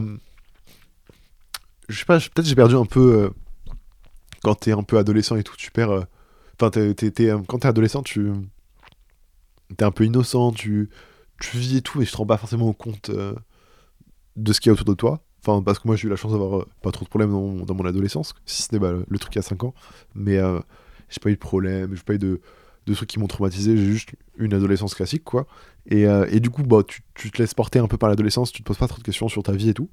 Je sais pas, peut-être j'ai perdu un peu. Quand t'es un peu adolescent et tout, tu perds. Enfin, quand t'es adolescent, t'es un peu innocent, tu vis et tout, mais tu te rends pas forcément compte de ce qu'il y a autour de toi. Enfin, parce que moi j'ai eu la chance d'avoir pas trop de problèmes dans mon adolescence, si ce n'est bah, le truc il y a 5 ans. Mais j'ai pas eu de problème, j'ai pas eu de trucs qui m'ont traumatisé, j'ai juste une adolescence classique, quoi. Et du coup, bah, tu te laisses porter un peu par l'adolescence, tu te poses pas trop de questions sur ta vie et tout.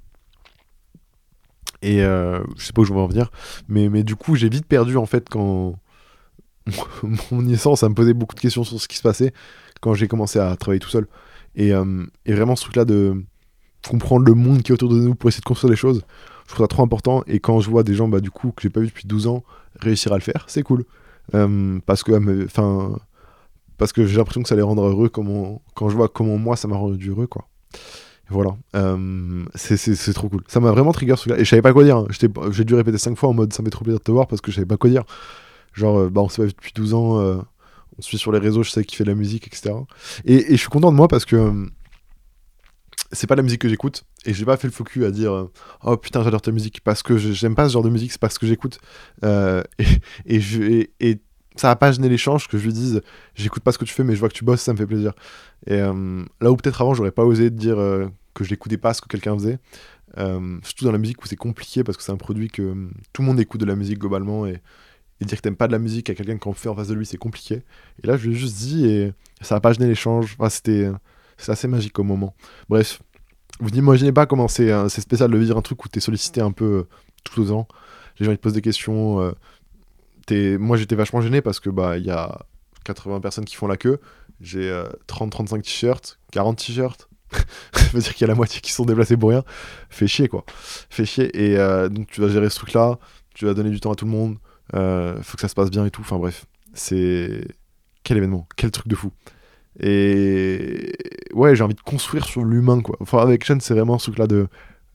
Et je sais pas où je vais en venir, mais du coup, j'ai vite perdu en fait quand mon innocence, ça me posait beaucoup de questions sur ce qui se passait quand j'ai commencé à travailler tout seul. Et vraiment, ce truc-là de comprendre le monde qui est autour de nous pour essayer de construire des choses, je trouve ça trop important. Et quand je vois des gens, bah, du coup, que j'ai pas vu depuis 12 ans, réussir à le faire, c'est cool. Parce que, parce que j'ai l'impression que ça les rendra heureux quand je vois comment moi ça m'a rendu heureux, quoi. Et voilà. C'est trop cool. Ça m'a vraiment trigger ce truc-là. Et je savais pas quoi dire, hein. J'ai dû répéter 5 fois en mode ça me fait trop plaisir de te voir parce que je savais pas quoi dire. Genre, bah, on s'est pas vu depuis 12 ans, on se suit sur les réseaux, je sais qu'il fait de la musique, etc. Et je suis content de moi parce que c'est pas la musique que j'écoute. Et j'ai pas fait le focus à dire oh putain, j'adore ta musique. Parce que j'aime pas ce genre de musique, c'est pas ce que j'écoute. Et, et ça a pas gêné l'échange que je lui dise j'écoute pas ce que tu fais, mais je vois que tu bosses, ça me fait plaisir. Et là où peut-être avant, j'aurais pas osé te dire que je l'écoutais pas ce que quelqu'un faisait. Surtout dans la musique où c'est compliqué parce que c'est un produit que tout le monde écoute de la musique globalement. Et dire que t'aimes pas de la musique à quelqu'un qu'on fait en face de lui, c'est compliqué. Et là, je lui ai juste dit, et ça a pas gêné l'échange. Enfin, c'est assez magique au moment. Bref, vous n'imaginez pas comment c'est spécial de vivre un truc où t'es sollicité un peu tout le temps. Les gens ils te posent des questions. Moi, j'étais vachement gêné parce que bah il y a 80 personnes qui font la queue. J'ai 30-35 t-shirts, 40 t-shirts. Ça veut dire qu'il y a la moitié qui sont déplacés pour rien. Fait chier, quoi. Fait chier. Et donc, tu vas gérer ce truc-là. Tu vas donner du temps à tout le monde. Faut que ça se passe bien et tout. Enfin bref, c'est quel événement, quel truc de fou. Et ouais, j'ai envie de construire sur l'humain, quoi. Enfin, avec Sean, c'est vraiment ce truc-là de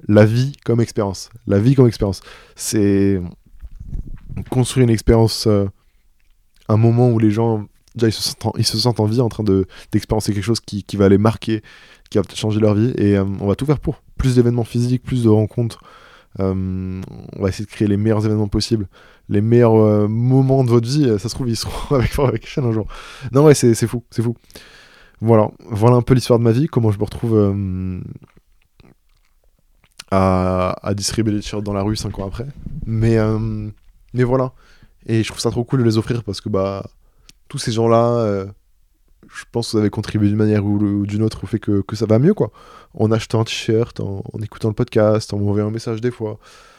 la vie comme expérience. La vie comme expérience. C'est construire une expérience, un moment où les gens, déjà, ils se sentent en vie en train d'expériencer quelque chose qui va les marquer, qui va peut-être changer leur vie. Et on va tout faire pour. Plus d'événements physiques, plus de rencontres. On va essayer de créer les meilleurs événements possibles. Les meilleurs moments de votre vie, ça se trouve, ils seront avec Fort Vacation un jour. Non, ouais, c'est fou, c'est fou. Voilà un peu l'histoire de ma vie, comment je me retrouve à distribuer des t-shirts dans la rue 5 ans après. Mais voilà. Et je trouve ça trop cool de les offrir parce que bah tous ces gens-là, je pense que vous avez contribué d'une manière ou d'une autre au fait que ça va mieux, quoi. En achetant un t-shirt, en écoutant le podcast, en m'envoyant un message des fois,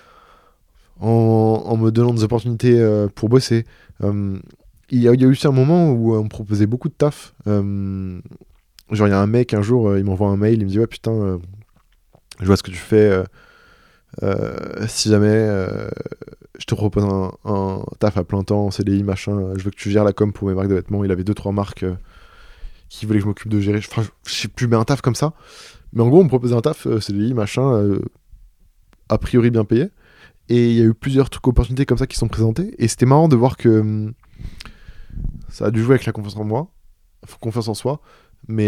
en me donnant des opportunités pour bosser. Il y a eu aussi un moment où on me proposait beaucoup de taf. Genre, il y a un mec, un jour, il m'envoie un mail, il me dit « Ouais, putain, je vois ce que tu fais. Si jamais je te propose un taf à plein temps, CDI, machin, je veux que tu gères la com pour mes marques de vêtements. » Il avait 2-3 marques qui voulaient que je m'occupe de gérer. Enfin, je sais plus, mais un taf comme ça. Mais en gros, on me proposait un taf, CDI, machin, a priori bien payé. Et il y a eu plusieurs trucs, opportunités comme ça qui sont présentées. Et c'était marrant de voir que ça a dû jouer avec la confiance en moi, confiance en soi. Mais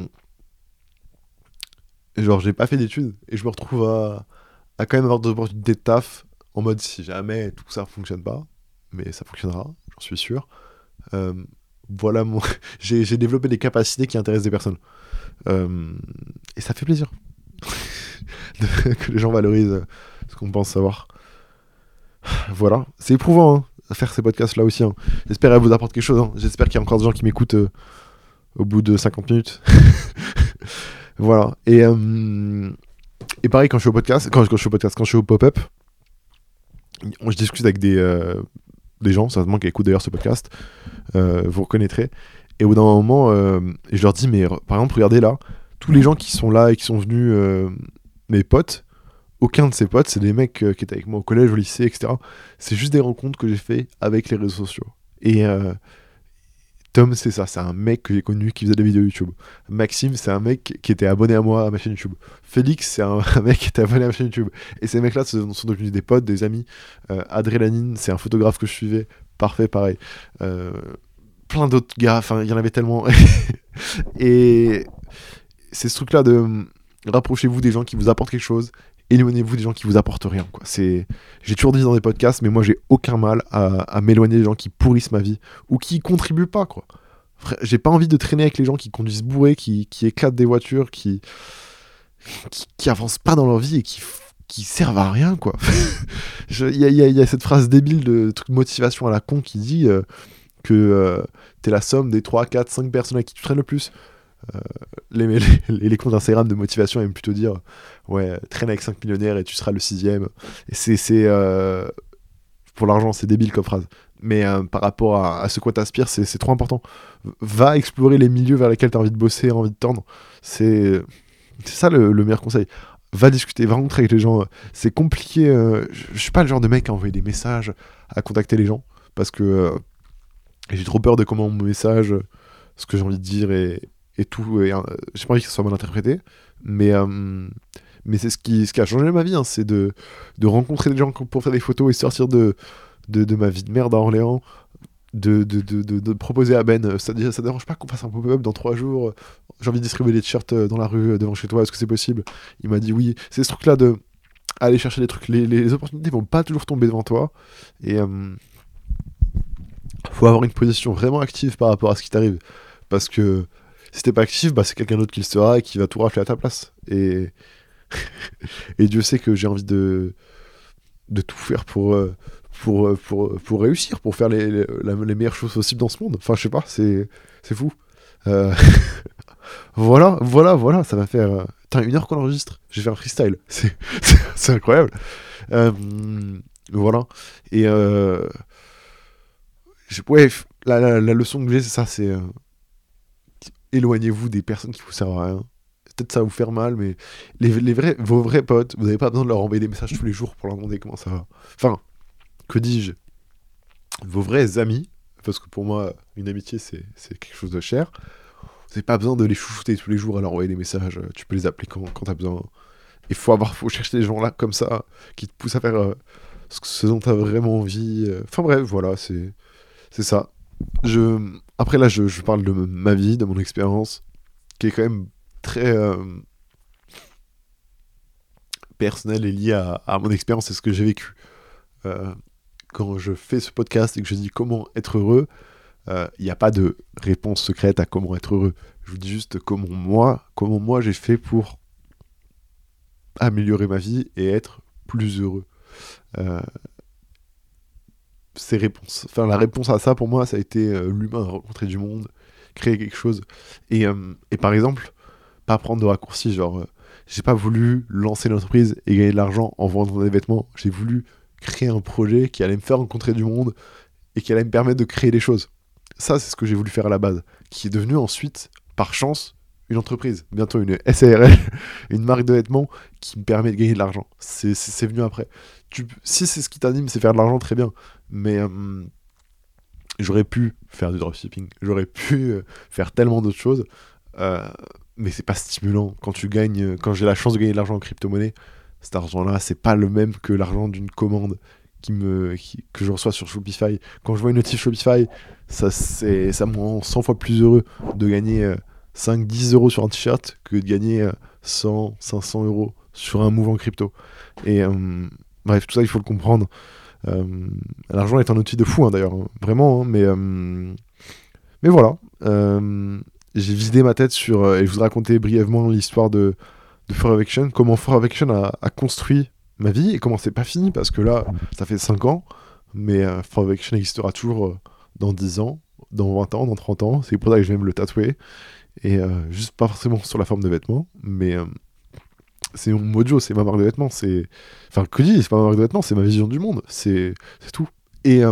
genre, j'ai pas fait d'études et je me retrouve à quand même avoir des opportunités de taf en mode si jamais tout ça fonctionne pas, mais ça fonctionnera, j'en suis sûr. Euh, voilà mon. J'ai développé des capacités qui intéressent des personnes. Et ça fait plaisir que les gens valorisent ce qu'on pense savoir. Voilà, c'est éprouvant à faire ces podcasts là aussi. J'espère qu'elle vous apporte quelque chose. J'espère qu'il y a encore des gens qui m'écoutent au bout de 50 minutes. Voilà. Et pareil, quand je suis au podcast, quand je suis au pop-up, je discute avec des gens, certainement qui écoutent d'ailleurs ce podcast, vous reconnaîtrez. Et au bout d'un moment, je leur dis, mais par exemple, regardez là, tous les gens qui sont là et qui sont venus, mes potes, aucun de ces potes, c'est des mecs qui étaient avec moi au collège, au lycée, etc. C'est juste des rencontres que j'ai fait avec les réseaux sociaux. Et Tom, c'est ça, c'est un mec que j'ai connu qui faisait des vidéos YouTube. Maxime, c'est un mec qui était abonné à moi à ma chaîne YouTube. Félix, c'est un mec qui était abonné à ma chaîne YouTube. Et ces mecs-là sont devenus des potes, des amis. Adrélanine, c'est un photographe que je suivais. Parfait, pareil. Plein d'autres gars, enfin, il y en avait tellement. Et c'est ce truc-là de rapprochez-vous des gens qui vous apportent quelque chose. Éloignez-vous des gens qui vous apportent rien, quoi. J'ai toujours dit dans des podcasts, mais moi j'ai aucun mal à m'éloigner des gens qui pourrissent ma vie ou qui y contribuent pas, quoi. J'ai pas envie de traîner avec les gens qui conduisent bourrés, qui éclatent des voitures, qui avancent pas dans leur vie et qui servent à rien, quoi. Il y a cette phrase débile de truc de motivation à la con qui dit que t'es la somme des 3, 4, 5 personnes avec qui tu traînes le plus. Les comptes Instagram de motivation aiment plutôt dire ouais, traîne avec 5 millionnaires et tu seras le 6ème. Et c'est pour l'argent, c'est débile comme phrase, mais par rapport à ce quoi t'aspires, c'est trop important. Va explorer les milieux vers lesquels t'as envie de bosser, envie de tendre. C'est ça le meilleur conseil. Va discuter, va rencontrer avec les gens. C'est compliqué, je suis pas le genre de mec à envoyer des messages, à contacter les gens, parce que j'ai trop peur de comment mon message, ce que j'ai envie de dire et tout, j'ai pas envie que ça soit mal interprété, mais c'est ce qui a changé ma vie, c'est de rencontrer des gens pour faire des photos et sortir de ma vie de merde à Orléans, de proposer à Ben, ça dérange pas qu'on fasse un pop-up dans 3 jours, j'ai envie de distribuer des t-shirts dans la rue devant chez toi, est-ce que c'est possible? Il m'a dit oui. C'est ce truc là de aller chercher des trucs, les opportunités vont pas toujours tomber devant toi, et faut avoir une position vraiment active par rapport à ce qui t'arrive, parce que si t'es pas actif, bah c'est quelqu'un d'autre qui le sera et qui va tout rafler à ta place. Et Dieu sait que j'ai envie de tout faire pour réussir, pour faire les meilleures choses possibles dans ce monde. Enfin, je sais pas, c'est fou. Voilà, ça va faire... Putain, 1 heure qu'on enregistre. J'ai fait un freestyle. C'est incroyable. Voilà. Et ouais, la leçon que j'ai, c'est ça, c'est... éloignez-vous des personnes qui vous servent à rien. Peut-être ça va vous faire mal, mais vos vrais potes, vous n'avez pas besoin de leur envoyer des messages tous les jours pour leur demander comment ça va. Enfin, que dis-je? Vos vrais amis, parce que pour moi, une amitié, c'est quelque chose de cher. Vous n'avez pas besoin de les chouchouter tous les jours à leur envoyer des messages. Tu peux les appeler quand tu as besoin. Il faut chercher des gens là comme ça qui te poussent à faire ce dont tu as vraiment envie. Enfin bref, voilà, c'est ça. Après là, je parle de ma vie, de mon expérience, qui est quand même très personnelle et liée à mon expérience et ce que j'ai vécu. Euh, Quand je fais ce podcast et que je dis comment être heureux, il n'y a pas de réponse secrète à comment être heureux. Je vous dis juste comment moi j'ai fait pour améliorer ma vie et être plus heureux. Euh, la réponse à ça pour moi, ça a été l'humain, rencontrer du monde, créer quelque chose. Et par exemple, pas prendre de raccourcis, genre, j'ai pas voulu lancer une entreprise et gagner de l'argent en vendant des vêtements. J'ai voulu créer un projet qui allait me faire rencontrer du monde et qui allait me permettre de créer des choses. Ça, c'est ce que j'ai voulu faire à la base, qui est devenu ensuite, par chance, une entreprise, bientôt une SARL, une marque de vêtements qui me permet de gagner de l'argent. C'est venu après. Si c'est ce qui t'anime, c'est faire de l'argent, très bien. Mais j'aurais pu faire du dropshipping, j'aurais pu faire tellement d'autres choses, euh, mais c'est pas stimulant. Quand j'ai la chance de gagner de l'argent en crypto-monnaie, cet argent-là, c'est pas le même que l'argent d'une commande que je reçois sur Shopify. Quand je vois une notif Shopify, ça me rend 100 fois plus heureux de gagner 5-10 euros sur un t-shirt que de gagner 100-500 euros sur un mouvement crypto. Et bref, tout ça, il faut le comprendre. L'argent est un outil de fou, hein, d'ailleurs, hein, vraiment, hein, mais voilà. J'ai vidé ma tête et je vous racontais brièvement l'histoire de Forever Action, comment Forever Action a construit ma vie et comment c'est pas fini, parce que là, ça fait 5 ans, mais Forever Action existera toujours dans 10 ans, dans 20 ans, dans 30 ans. C'est pour ça que je vais me le tatouer. Et juste pas forcément sur la forme de vêtements, mais c'est mon mojo, c'est ma marque de vêtements. Enfin, que dis, c'est pas ma marque de vêtements, c'est ma vision du monde. C'est tout. Et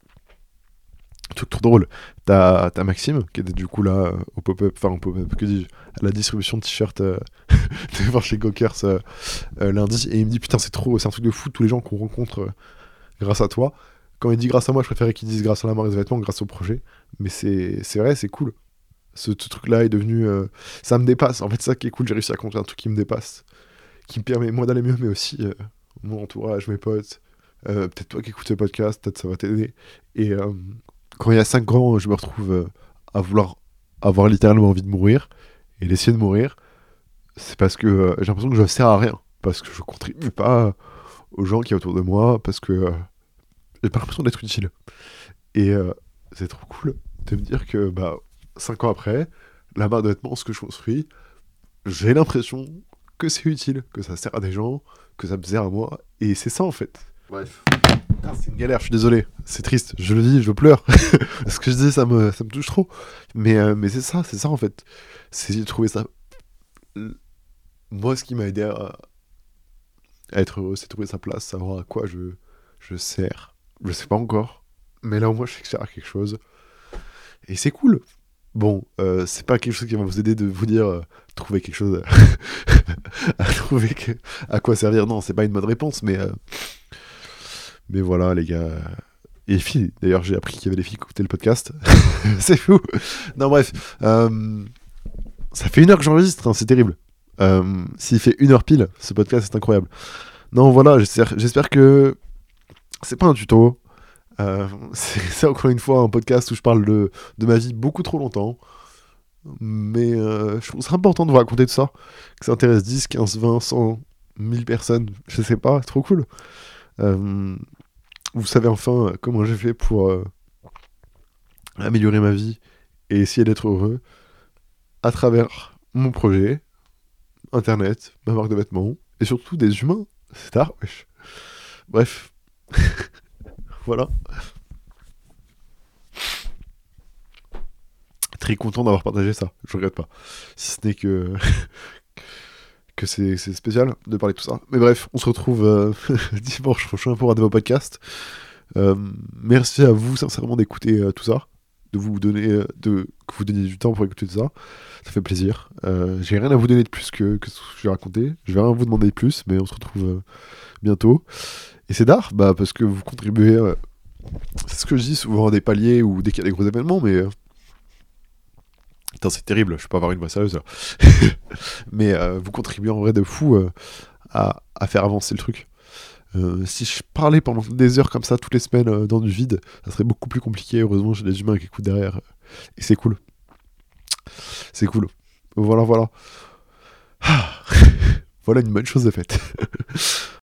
truc trop drôle, t'as Maxime qui était du coup là au pop-up, que dis-je, à la distribution de t-shirts devant chez Gawkers lundi, et il me dit putain, c'est un truc de fou, tous les gens qu'on rencontre grâce à toi. Quand il dit grâce à moi, je préférais qu'il dise grâce à la marque de vêtements, grâce au projet, mais c'est vrai, c'est cool. Ce truc-là est devenu, ça me dépasse. En fait, ça qui est cool, j'ai réussi à construire un truc qui me dépasse, qui me permet moi d'aller mieux, mais aussi mon entourage, mes potes, peut-être toi qui écoutes ce podcast, peut-être ça va t'aider. Et quand il y a 5 ans, je me retrouve à vouloir avoir littéralement envie de mourir et d'essayer de mourir, c'est parce que j'ai l'impression que je sers à rien, parce que je contribue pas aux gens qui sont autour de moi, parce que j'ai pas l'impression d'être utile. Et c'est trop cool de me dire que 5 ans après, la marque de vêtements, ce que je construis, j'ai l'impression que c'est utile, que ça sert à des gens, que ça me sert à moi, et c'est ça en fait. Bref. Putain, c'est une galère, je suis désolé, c'est triste, je le dis, je pleure. Ce que je dis, ça me touche trop. Mais c'est ça en fait. J'ai trouvé ça. Moi, ce qui m'a aidé à être heureux, c'est trouver sa place, savoir à quoi je sers. Je sais pas encore, mais là au moins je sais que je sers à quelque chose. Et c'est cool. Bon, c'est pas quelque chose qui va vous aider de vous dire trouver quelque chose à trouver à quoi servir. Non, c'est pas une bonne réponse, mais voilà, les gars. Et les filles, d'ailleurs, j'ai appris qu'il y avait des filles qui écoutaient le podcast. C'est fou. Non, bref. Ça fait 1 heure que j'enregistre, hein, c'est terrible. S'il fait 1 heure pile, ce podcast, c'est incroyable. Non, voilà, j'espère que c'est pas un tuto. C'est encore une fois un podcast où je parle de ma vie beaucoup trop longtemps. Mais je trouve ça important de vous raconter tout ça. Que ça intéresse 10, 15, 20, 100, 1000 personnes. Je sais pas, c'est trop cool. Vous savez enfin comment j'ai fait pour améliorer ma vie et essayer d'être heureux à travers mon projet, Internet, ma marque de vêtements et surtout des humains. C'est tard, wesh. Bref. Voilà. Très content d'avoir partagé ça, je regrette pas. Si ce n'est que c'est spécial de parler de tout ça. Mais bref, on se retrouve dimanche prochain pour un nouveau podcast. Merci à vous sincèrement d'écouter tout ça, de vous donner que vous donniez du temps pour écouter tout ça. Ça fait plaisir. J'ai rien à vous donner de plus que ce que j'ai raconté. Je vais rien vous demander de plus, mais on se retrouve bientôt. Et c'est d'art, parce que vous contribuez. C'est ce que je dis souvent à des paliers ou dès qu'il y a des gros événements, mais putain, c'est terrible, je peux pas avoir une voix sérieuse là. Mais vous contribuez en vrai de fou à faire avancer le truc. Si je parlais pendant des heures comme ça toutes les semaines dans du vide, ça serait beaucoup plus compliqué. Heureusement, j'ai des humains qui écoutent derrière. Et c'est cool. C'est cool. Voilà, voilà. Ah, voilà une bonne chose de faite.